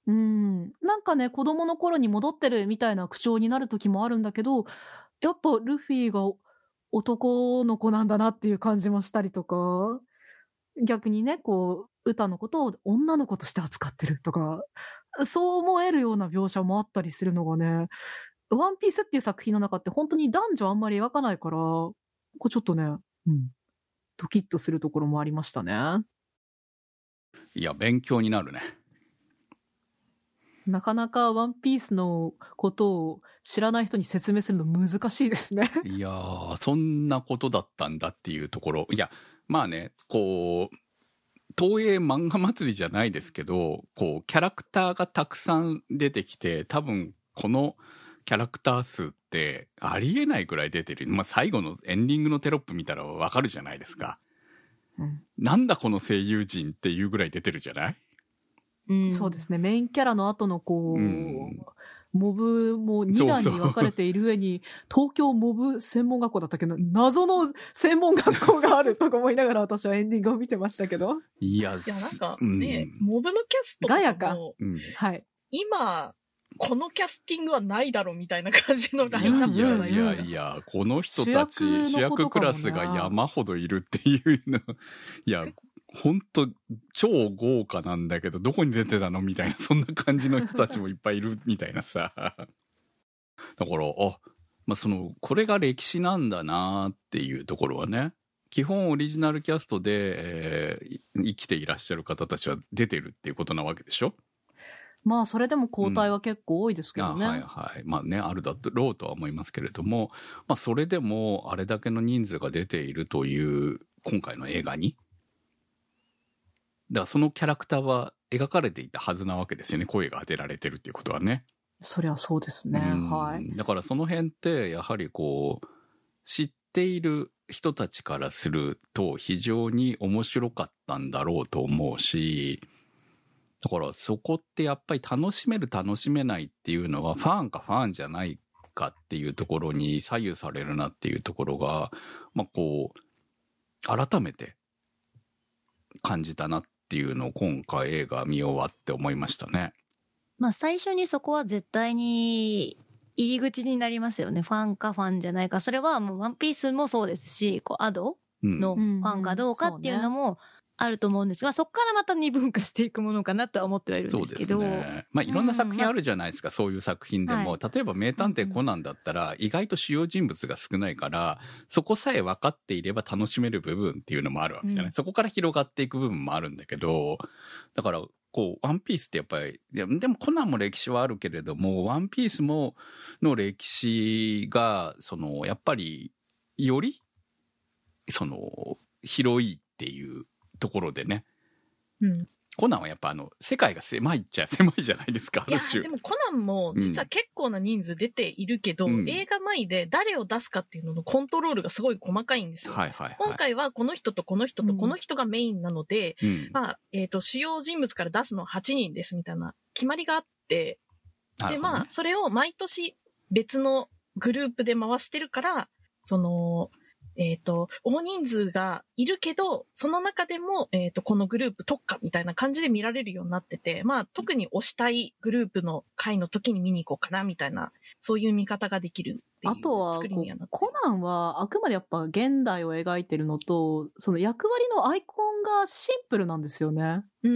うん。なんかね、子供の頃に戻ってるみたいな口調になる時もあるんだけど、やっぱルフィが男の子なんだなっていう感じもしたりとか、逆にね、こう、歌のことを女の子として扱ってるとか、そう思えるような描写もあったりするのがね、ワンピースっていう作品の中って本当に男女あんまり描かないから、こうちょっとね、うん、ドキッとするところもありましたね。 いや勉強になるね。 なかなかワンピースのことを知らない人に説明するの難しいですね。 いやーそんなことだったんだっていうところ、いやまあね、こう東映漫画祭りじゃないですけど、こうキャラクターがたくさん出てきて、多分このキャラクター数ってありえないくらい出てる。まあ最後のエンディングのテロップ見たらわかるじゃないですか、うん、なんだこの声優陣っていうぐらい出てるじゃない、 うん、そうですね。メインキャラの後のこう、うん、モブもに段に分かれている上に、そうそう、東京モブ専門学校だったけど、謎の専門学校があるとか思いながら私はエンディングを見てましたけど。 いや、 いやなんかね、うん、モブのキャストとかも、 ガヤか、うん、はい。 今、このキャスティングはないだろうみたいな感じのラインナップじゃないですか。 いやいやいや、この人たち、主役クラスが山ほどいるっていうの、いや、ほんと超豪華なんだけどどこに出てたのみたいな、そんな感じの人たちもいっぱいいるみたいなさだからあ、まあ、そのこれが歴史なんだなっていうところはね、基本オリジナルキャストで、えー、生きていらっしゃる方たちは出てるっていうことなわけでしょ。 まあそれでも交代は結構多いですけどね、 うん、はいはい、まあね、あるだろうとは思いますけれども、まあそれでもあれだけの人数が出ているという今回の映画に、だからそのキャラクターは描かれていたはずなわけですよね、声が当てられてるっていうことはね。 そりゃそうですね、はい。 だからその辺ってやはりこう知っている人たちからすると非常に面白かったんだろうと思うし、だからそこってやっぱり楽しめる楽しめないっていうのはファンかファンじゃないかっていうところに左右されるなっていうところが、まあこう改めて感じたなっていうのを今回映画見終わって思いましたね。 まあ最初にそこは絶対に入り口になりますよね。ファンかファンじゃないか。それはもうワンピースもそうですし、こうアドのファンかどうかっていうのもあると思うんですが、そこからまた二分化していくものかなとは思ってはいるんですけど。 そうですね。まあいろんな作品あるじゃないですか、うん、そういう作品でも、はい、例えば名探偵コナンだったら意外と主要人物が少ないから、そこさえ分かっていれば楽しめる部分っていうのもあるわけじゃない、うん、そこから広がっていく部分もあるんだけど、だからこうワンピースってやっぱり、いやでもコナンも歴史はあるけれども、ワンピースもの歴史がそのやっぱりよりその広いっていうところでね、うん、コナンはやっぱあの世界が狭いっちゃ狭いじゃないですか。ある種。 いやでもコナンも実は結構な人数出ているけど、うん、映画前で誰を出すかっていうののコントロールがすごい細かいんですよ。はいはいはい、今回はこの人とこの人とこの人がメインなので、うん、まあえっと主要人物から出すのははちにんですみたいな決まりがあって、でまあそれを毎年別のグループで回してるから、その。えっと、大人数がいるけど、その中でも、えっと、このグループ特化みたいな感じで見られるようになってて、まあ、特に推したいグループの回の時に見に行こうかな、みたいな、そういう見方ができるっていう作りにはなって。 あとは、コナンはあくまでやっぱ現代を描いてるのと、その役割のアイコンがシンプルなんですよね。 うん。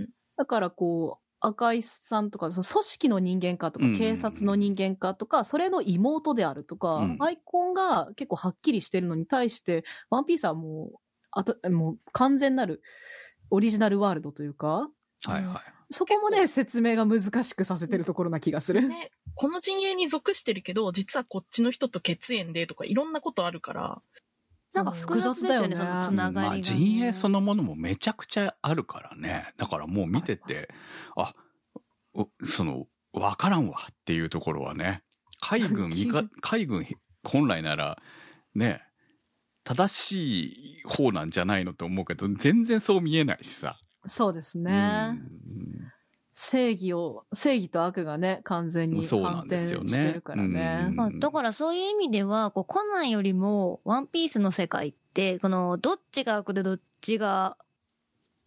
だからこう、赤井さんとか、組織の人間かとか、警察の人間かとか、それの妹であるとか、うん、アイコンが結構はっきりしてるのに対して、ワンピースはもう、あと、もう完全なるオリジナルワールドというか、 はいはい。 そこもね、説明が難しくさせてるところな気がする。 ね、この陣営に属してるけど、実はこっちの人と血縁でとか、いろんなことあるから、 なんか複雑ですよね、そのつながりが、ね。 まあ、陣営そのものもめちゃくちゃあるからね。だからもう見てて、あ、その、わからんわっていうところはね、海軍、海軍本来なら、ね、正しい方なんじゃないのと思うけど、全然そう見えないしさ。 そうですね。正義を、正義と悪がね、完全に反転してるからね。 まあ、だからそういう意味では、こうコナンよりもワンピースの世界って、このどっちが悪でどっちが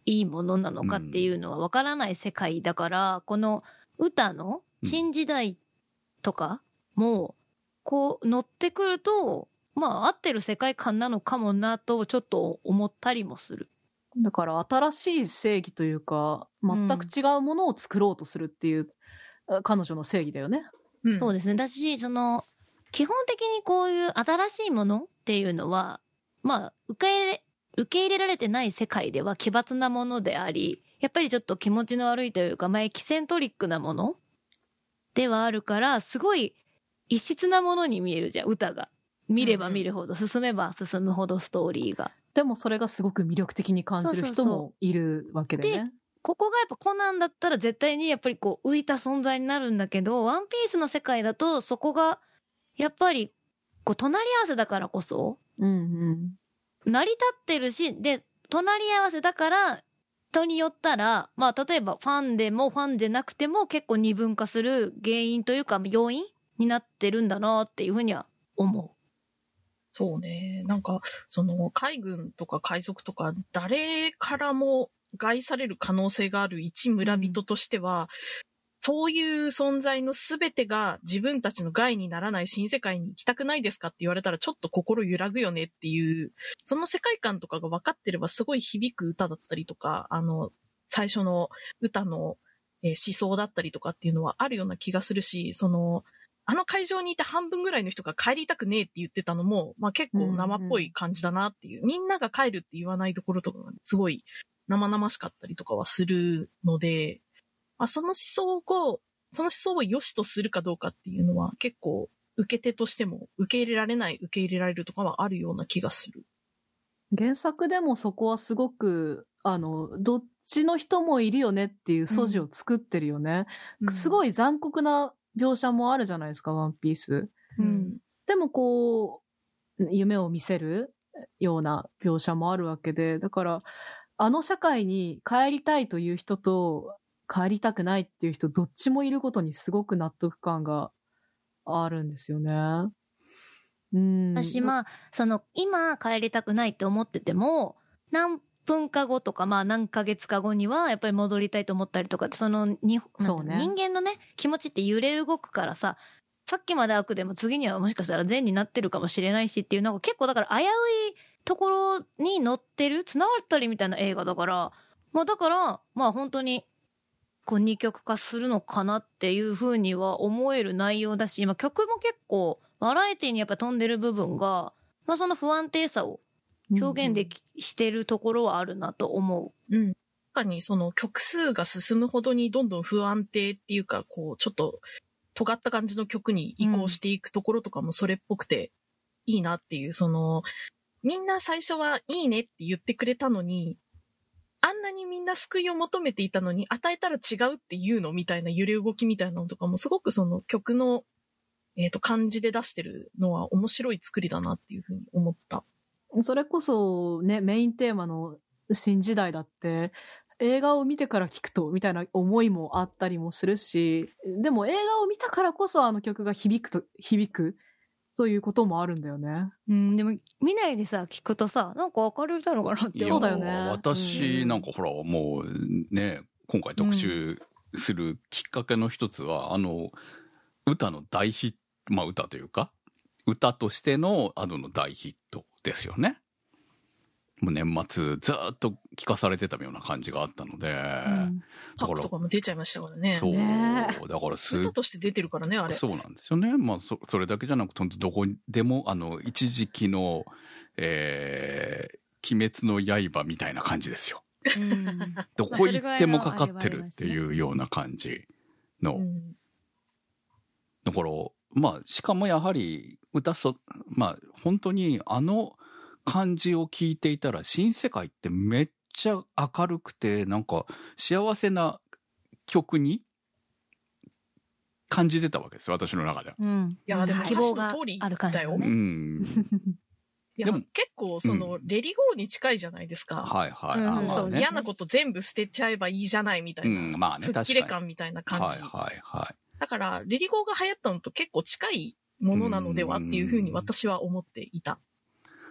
いいものなのかっていうのはわからない世界だから、うん、この歌の新時代とかもこう乗ってくると、まあ合ってる世界観なのかもなとちょっと思ったりもする。 だから新しい正義というか全く違うものを作ろうとするっていう、うん、彼女の正義だよね、 うん、そうですね。だしその基本的にこういう新しいものっていうのはまあ受け入れ受け入れられてない世界では奇抜なものであり、やっぱりちょっと気持ちの悪いというか、まあエキセントリックなものではあるから、すごい異質なものに見えるじゃん、歌が。見れば見るほど、進めば進むほどストーリーが。 でもそれがすごく魅力的に感じる人もいるわけでね。 で、ここがやっぱコナンだったら絶対にやっぱりこう浮いた存在になるんだけど、ワンピースの世界だとそこがやっぱりこう隣り合わせだからこそ、 うんうん成り立ってるし、で、隣り合わせだから、人によったら、まあ、例えばファンでもファンじゃなくても結構二分化する原因というか、要因になってるんだなっていうふうには思う。 そうね。なんか、その、海軍とか海賊とか、誰からも害される可能性がある一村人としては、うんそういう存在のすべてが自分たちの害にならない新世界に行きたくないですかって言われたらちょっと心揺らぐよねっていう、その世界観とかが分かってればすごい響く歌だったりとか、あの、最初の歌の、えー、思想だったりとかっていうのはあるような気がするし、その、あの会場にいた半分ぐらいの人が帰りたくねえって言ってたのも、まあ結構生っぽい感じだなっていう、うんうん、みんなが帰るって言わないところとかがすごい生々しかったりとかはするので、まあ、その思想を、その思想を良しとするかどうかっていうのは結構受け手としても受け入れられない、受け入れられるとかはあるような気がする。 原作でもそこはすごく、あの、どっちの人もいるよねっていう素地を作ってるよね。うん、すごい残酷な描写もあるじゃないですか、ワンピース。 うん、 でもこう、夢を見せるような描写もあるわけで、だから、あの社会に帰りたいという人と、帰りたくないっていう人どっちもいることにすごく納得感があるんですよね。うん。 私まあその今帰りたくないって思ってても何分か後とかまあ何ヶ月か後にはやっぱり戻りたいと思ったりとかってそのにそう、ね、人間のね気持ちって揺れ動くからさ、さっきまで悪でも次にはもしかしたら善になってるかもしれないしっていうのが結構だから危ういところに乗ってる綱渡りみたいな映画だからまあだからまあ本当にこう二極化するのかなっていうふうには思える内容だし、今曲も結構バラエティにやっぱ飛んでる部分が、まあその不安定さを表現でき、うん、してるところはあるなと思う。うん。確かにその曲数が進むほどにどんどん不安定っていうか、こうちょっと尖った感じの曲に移行していくところとかもそれっぽくていいなっていう、その、みんな最初はいいねって言ってくれたのに、あんなにみんな救いを求めていたのに与えたら違うっていうのみたいな揺れ動きみたいなのとかもすごくその曲の、えーと、感じで出してるのは面白い作りだなっていうふうに思った。 それこそね、メインテーマの新時代だって映画を見てから聴くとみたいな思いもあったりもするし、でも映画を見たからこそあの曲が響くと、響くということもあるんだよね。 うん、でも見ないでさ聞くとさなんか明るいだろうかなってそうだよね。 私なんかほらもうね今回特集するきっかけの一つは、うん、あの歌の大ヒットまあ歌というか歌としてのアドの大ヒットですよね。もう年末ずっと聞かされてたような感じがあったので、うん、 パックとかも出ちゃいましたからね。 そう、 ね、 だからす歌として出てるからねあれ。 そうなんですよね。まあ そ, それだけじゃなくてどこでもあの一時期の、えー、鬼滅の刃みたいな感じですよ。うん、どこ行ってもかかってるっていうような感じの。うん、だからまあしかもやはり歌そまあ本当にあの感じを聞いていたら新世界ってめっちゃ明るくてなんか幸せな曲に感じてたわけですよ私の中では、 うん、 いやでも希望がある感じだよね、うん、 いやでも結構その、うん、レリゴーに近いじゃないですか。 はいはい、 うんまあね、嫌なこと全部捨てちゃえばいいじゃないみたいな、うんまあね、吹っ切れ感みたいな感じ、 はいはいはい、 だからレリゴーが流行ったのと結構近いものなのではっていうふうに私は思っていた。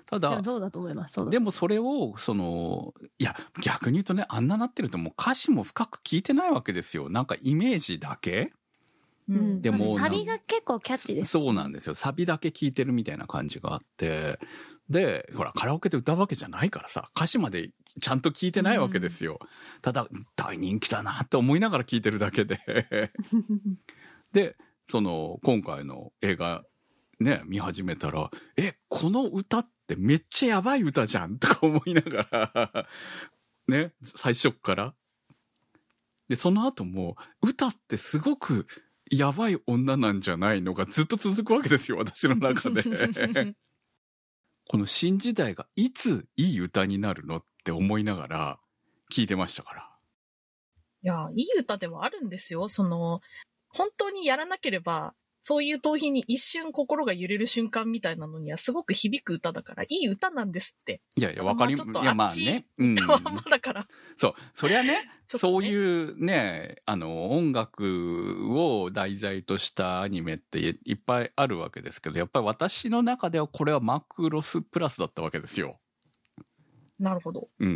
ただそうだと思います。そうだでもそれをそのいや逆に言うとね、あんななってるともう歌詞も深く聞いてないわけですよ。なんかイメージだけうんでもサビが結構キャッチですし、 そうなんですよ。サビだけ聞いてるみたいな感じがあって、でほらカラオケで歌うわけじゃないからさ、歌詞までちゃんと聞いてないわけですよ。うん、ただ大人気だなって思いながら聞いてるだけででその今回の映画ね見始めたら、えこの歌ってめっちゃやばい歌じゃんとか思いながらね最初っからでその後も歌ってすごくやばい女なんじゃないのがずっと続くわけですよ、私の中でこの新時代がいついい歌になるのって思いながら聞いてましたから。 いや、いい歌ではあるんですよ。その、本当にやらなければ、そういう逃避に一瞬心が揺れる瞬間みたいなのにはすごく響く歌だから、いい歌なんですって。 いやいや、わかります。いや、まあね。うん。 だから。 そう。そりゃね、ねそういうね、あの、音楽を題材としたアニメっていっぱいあるわけですけど、やっぱり私の中ではこれはマクロスプラスだったわけですよ。 なるほど。 うん。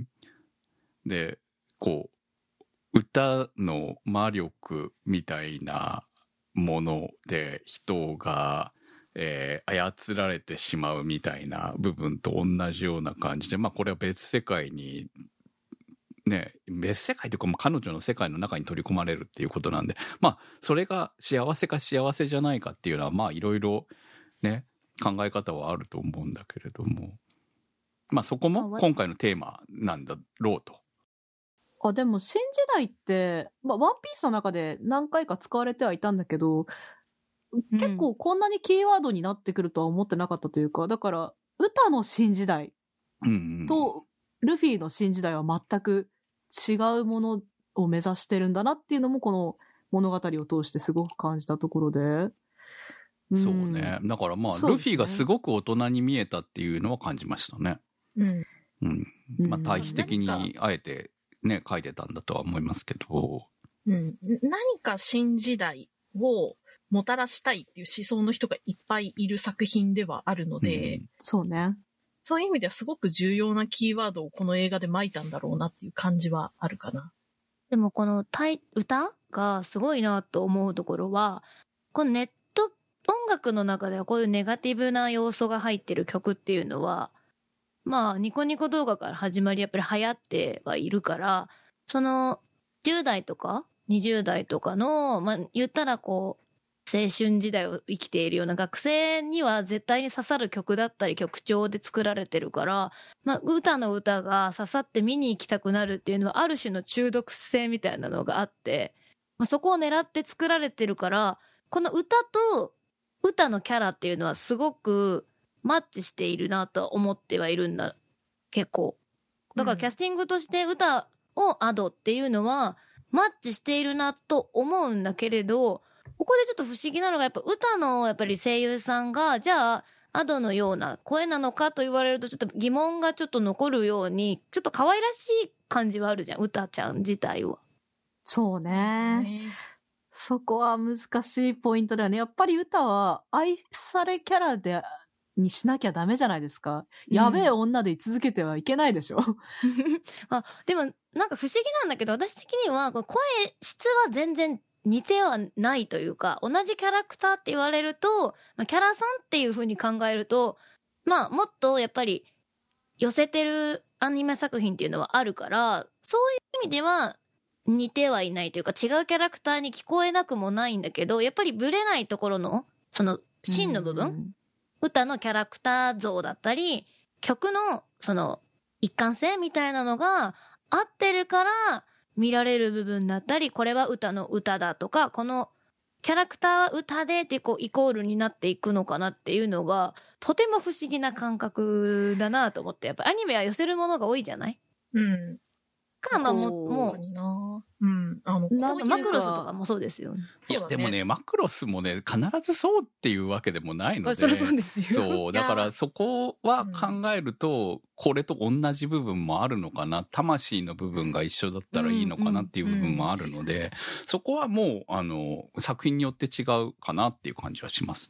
で、こう、歌の魔力みたいなもので人が、えー、操られてしまうみたいな部分と同じような感じで、まあこれは別世界にね、別世界というか、まあ、彼女の世界の中に取り込まれるっていうことなんで、まあそれが幸せか幸せじゃないかっていうのはまあいろいろね考え方はあると思うんだけれども、まあそこも今回のテーマなんだろうと。 あ、でも新時代って、まあ、ワンピースの中で何回か使われてはいたんだけど、うん、結構こんなにキーワードになってくるとは思ってなかったというか、だから歌の新時代とルフィの新時代は全く違うものを目指してるんだなっていうのもこの物語を通してすごく感じたところで、 うん、そうね。だからまあ、ね、ルフィがすごく大人に見えたっていうのは感じましたね。 うん。 うん。まあ対比的にあえてね、書いてたんだとは思いますけど。 うん。何か新時代をもたらしたいっていう思想の人がいっぱいいる作品ではあるので、うん、 そうね。 そういう意味ではすごく重要なキーワードをこの映画で巻いたんだろうなっていう感じはあるかな。 でもこのタイ歌がすごいなと思うところは、このネット音楽の中ではこういうネガティブな要素が入ってる曲っていうのは、まあニコニコ動画から始まりやっぱり流行ってはいるから、そのじゅう代とかにじゅう代とかの、まあ言ったらこう青春時代を生きているような学生には絶対に刺さる曲だったり曲調で作られてるから、まあ歌の歌が刺さって見に行きたくなるっていうのはある種の中毒性みたいなのがあって、まあ、そこを狙って作られてるから、この歌と歌のキャラっていうのはすごくマッチしているなと思ってはいるんだ、結構。だからキャスティングとして歌をアドっていうのはマッチしているなと思うんだけれど、ここでちょっと不思議なのがやっぱ歌のやっぱり声優さんがじゃあアドのような声なのかと言われるとちょっと疑問がちょっと残るように、ちょっと可愛らしい感じはあるじゃん、歌ちゃん自体は。 そうね。ね、そこは難しいポイントだよね。やっぱり歌は愛されキャラでにしなきゃダメじゃないですか。うん、やべえ女で居続けてはいけないでしょ。 あ、でもなんか不思議なんだけど、私的には声質は全然似てはないというか、同じキャラクターって言われると、まあ、キャラさんっていう風に考えると、まあもっとやっぱり寄せてるアニメ作品っていうのはあるから、そういう意味では似てはいないというか、違うキャラクターに聞こえなくもないんだけど、やっぱりブレないところのその芯の部分、歌のキャラクター像だったり曲のその一貫性みたいなのが合ってるから見られる部分だったり、これは歌の歌だとか、このキャラクターは歌でってこうイコールになっていくのかなっていうのがとても不思議な感覚だなと思って。やっぱアニメは寄せるものが多いじゃない？ うんか、まあもう、もう、うん、あの、 なんかマクロスとかもそうですよね。 いや、でもね、マクロスもね、必ずそうっていうわけでもないので。 それそうですよ。 そう、だからそこは考えると、これと同じ部分もあるのかな、魂の部分が一緒だったらいいのかなっていう部分もあるので、そこはもう、あの、作品によって違うかなっていう感じはしますね。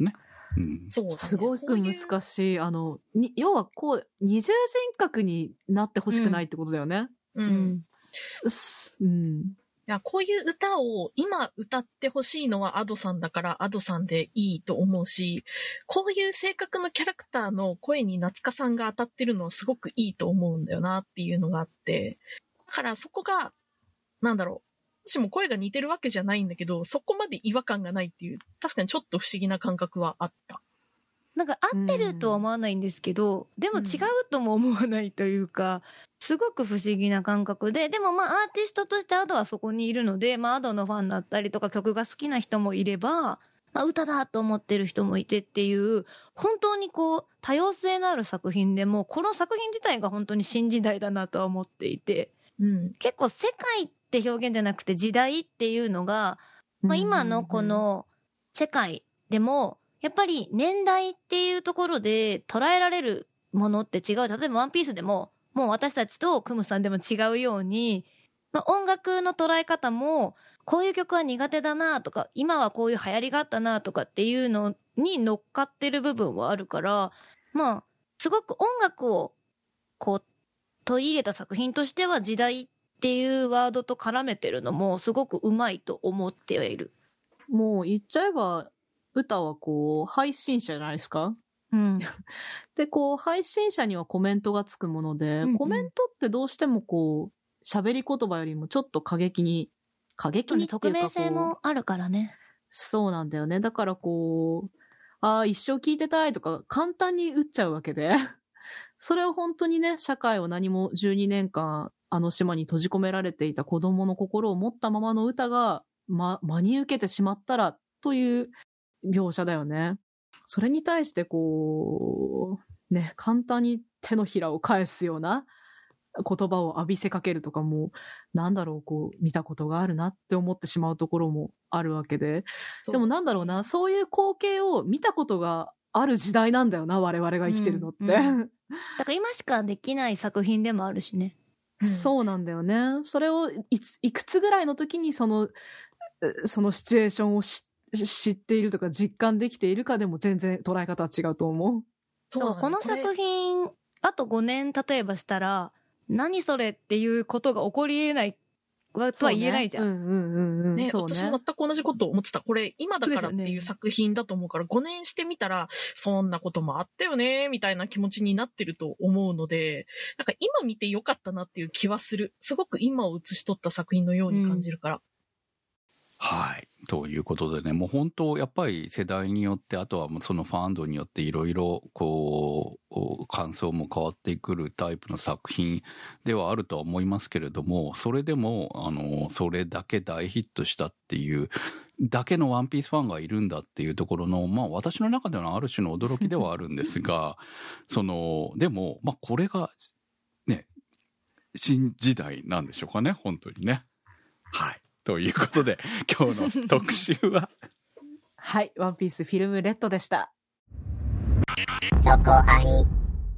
うん、 そうだね、 すごく難しい。あの、に要はこう、二重人格になってほしくないってことだよね。 うん。 うん。 うん。 いや、こういう歌を今歌ってほしいのは Ado さんだから Ado さんでいいと思うし、こういう性格のキャラクターの声に夏香さんが当たってるのはすごくいいと思うんだよなっていうのがあって、だからそこが、なんだろう、私も声が似てるわけじゃないんだけど、そこまで違和感がないっていう、確かにちょっと不思議な感覚はあった。 なんか合ってるとは思わないんですけど、でも違うとも思わないというか、すごく不思議な感覚で、でもまあアーティストとして Ado はそこにいるので、まあ Ado のファンだったりとか曲が好きな人もいれば、まあ歌だと思ってる人もいてっていう、本当にこう多様性のある作品でも、この作品自体が本当に新時代だなとは思っていて、 うん、 結構世界って表現じゃなくて時代っていうのが、まあ今のこの世界でも、やっぱり年代っていうところで捉えられるものって違う。例えばワンピースでも、もう私たちとクムさんでも違うように、まあ、音楽の捉え方も、こういう曲は苦手だなとか、今はこういう流行りがあったなとかっていうのに乗っかってる部分はあるから、まあ、すごく音楽をこう取り入れた作品としては時代っていうワードと絡めてるのもすごくうまいと思ってはいる。 もう言っちゃえば、歌はこう、配信者じゃないですか？ うん。 で、こう、配信者にはコメントがつくもので、うんうん、コメントってどうしてもこう、喋り言葉よりもちょっと過激に、過激にっていうかこう、 匿名性もあるからね。 そうなんだよね。だからこう、ああ、一生聞いてたいとか、簡単に打っちゃうわけで。それを本当にね、社会を何もじゅうにねんかん、あの島に閉じ込められていた子供の心を持ったままの歌が、ま、真に受けてしまったら、という描写だよね。それに対してこう、ね、簡単に手のひらを返すような言葉を浴びせかけるとかも、なんだろう、こう、見たことがあるなって思ってしまうところもあるわけで。でもなんだろうな、そういう光景を見たことがある時代なんだよな、我々が生きてるのって。うんうん、 だから今しかできない作品でもあるしね。 うん、そうなんだよね。それをいつ、いくつぐらいの時にその、そのシチュエーションを知って知っているとか実感できているかでも全然捉え方は違うと思う。 そう、この作品あとごねん例えばしたら何それっていうことが起こり得ないとは言えないじゃん。 うんうんうんうん。ね、私も全く同じことを思ってた。これ今だからっていう作品だと思うから、ごねんしてみたらそんなこともあったよねみたいな気持ちになってると思うので、なんか今見てよかったなっていう気はする。すごく今を映し取った作品のように感じるから。うん、 はい。ということでね、もう本当やっぱり世代によって、あとはそのファンドによっていろいろこう感想も変わってくるタイプの作品ではあるとは思いますけれども、それでもあのそれだけ大ヒットしたっていうだけのワンピースファンがいるんだっていうところの、まあ私の中でのある種の驚きではあるんですがそのでもまあこれがね新時代なんでしょうかね、本当にね。はい。ということで今日の特集ははい、ワンピースフィルムレッドでした。 そこアニ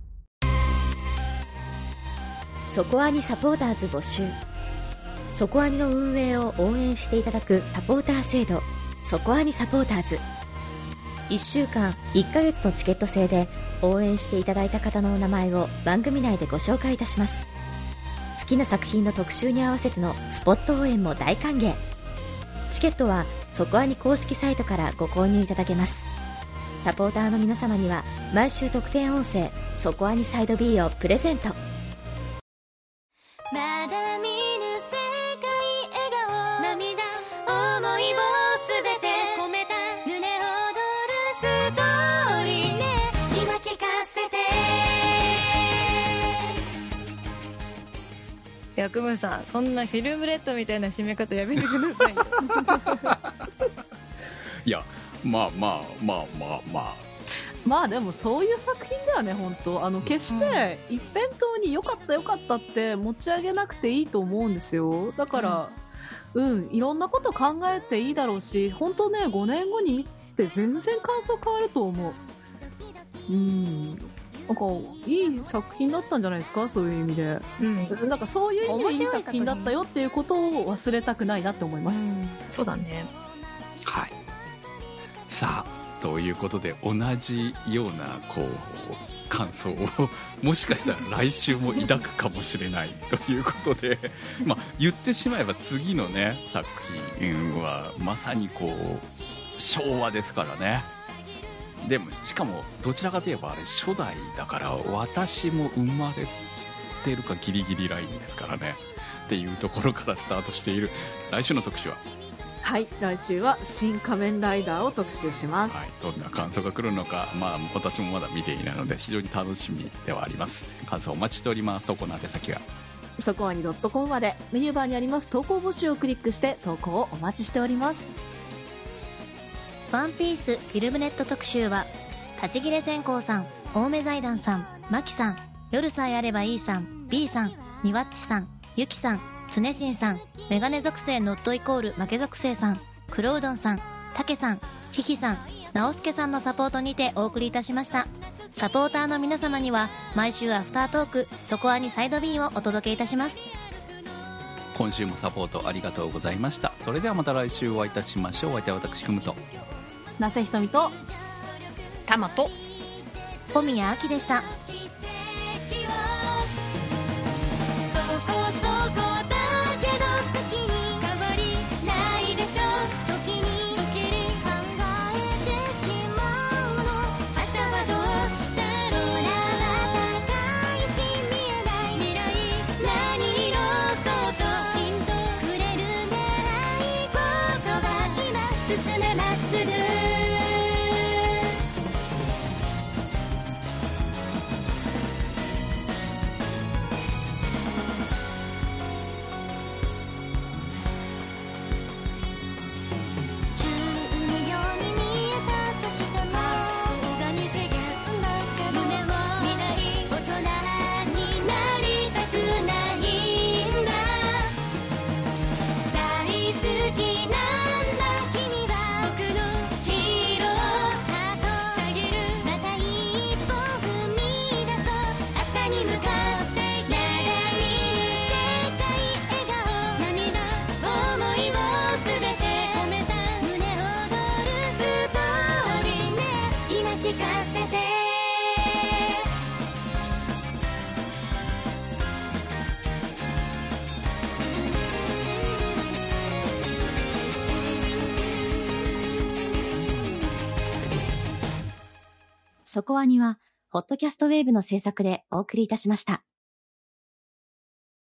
そこアニサポーターズ募集。そこアニの運営を応援していただくサポーター制度、そこアニサポーターズ。いっしゅうかんいっかげつのチケット制で応援していただいた方のお名前を番組内でご紹介いたします。好きな作品の特集に合わせてのスポット応援も大歓迎。チケットはそこアニ公式サイトからご購入いただけます。サポーターの皆様には毎週特典音声そこアニサイド B をプレゼント。 まだ見ぬ世界笑顔涙思いをすべて込めた胸躍るストーリーね、今聞かせて。 いや、クムさん、そんなフィルムレッドみたいな締め方やめてくださいよ。 いや、まあまあまあまあまあまあでもそういう作品だよね、本当。あの決して一辺倒に良かった良かったって持ち上げなくていいと思うんですよ。だからうん、うん、いろんなこと考えていいだろうし、本当ね、ごねんごに見て全然感想変わると思う。うん、なんかいい作品だったんじゃないですか、そういう意味で、うん、なんかそういう意味でいい作品だったよっていうことを忘れたくないなって思います、うん、 そうだね。 はい。さあ、 ということで同じようなこう感想をもしかしたら来週も抱くかもしれないということでまあ言ってしまえば次のね作品はまさにこう昭和ですからね。でもしかもどちらかといえばあれ初代だから私も生まれてるかギリギリラインですからねっていうところからスタートしている来週の特集は、 はい、来週は新仮面ライダーを特集します。 はい、どんな感想が来るのか、まあ私もまだ見ていないので非常に楽しみではあります。感想お待ちしております。投稿の宛先はそこあに .com までメニューバーにあります投稿募集をクリックして投稿をお待ちしております。 ワンピースフィルムネット特集は立ち切れ線香さん、青梅財団さん、マキさん、夜さえあればいいさん、 B さん、ニワッチさん、ユキさん、つねしんさん、メガネ属性ノットイコール負け属性さん、黒うどんさん、たけさん、ひきさん、なおすけさんのサポートにてお送りいたしました。サポーターの皆様には毎週アフタートークそこアニサイド B をお届けいたします。 今週もサポートありがとうございました。それではまた来週お会いいたしましょう。お相手は私くむとなせひとみとタマと小宮あきでした。 そこアニは、ホットキャストウェーブの制作でお送りいたしました。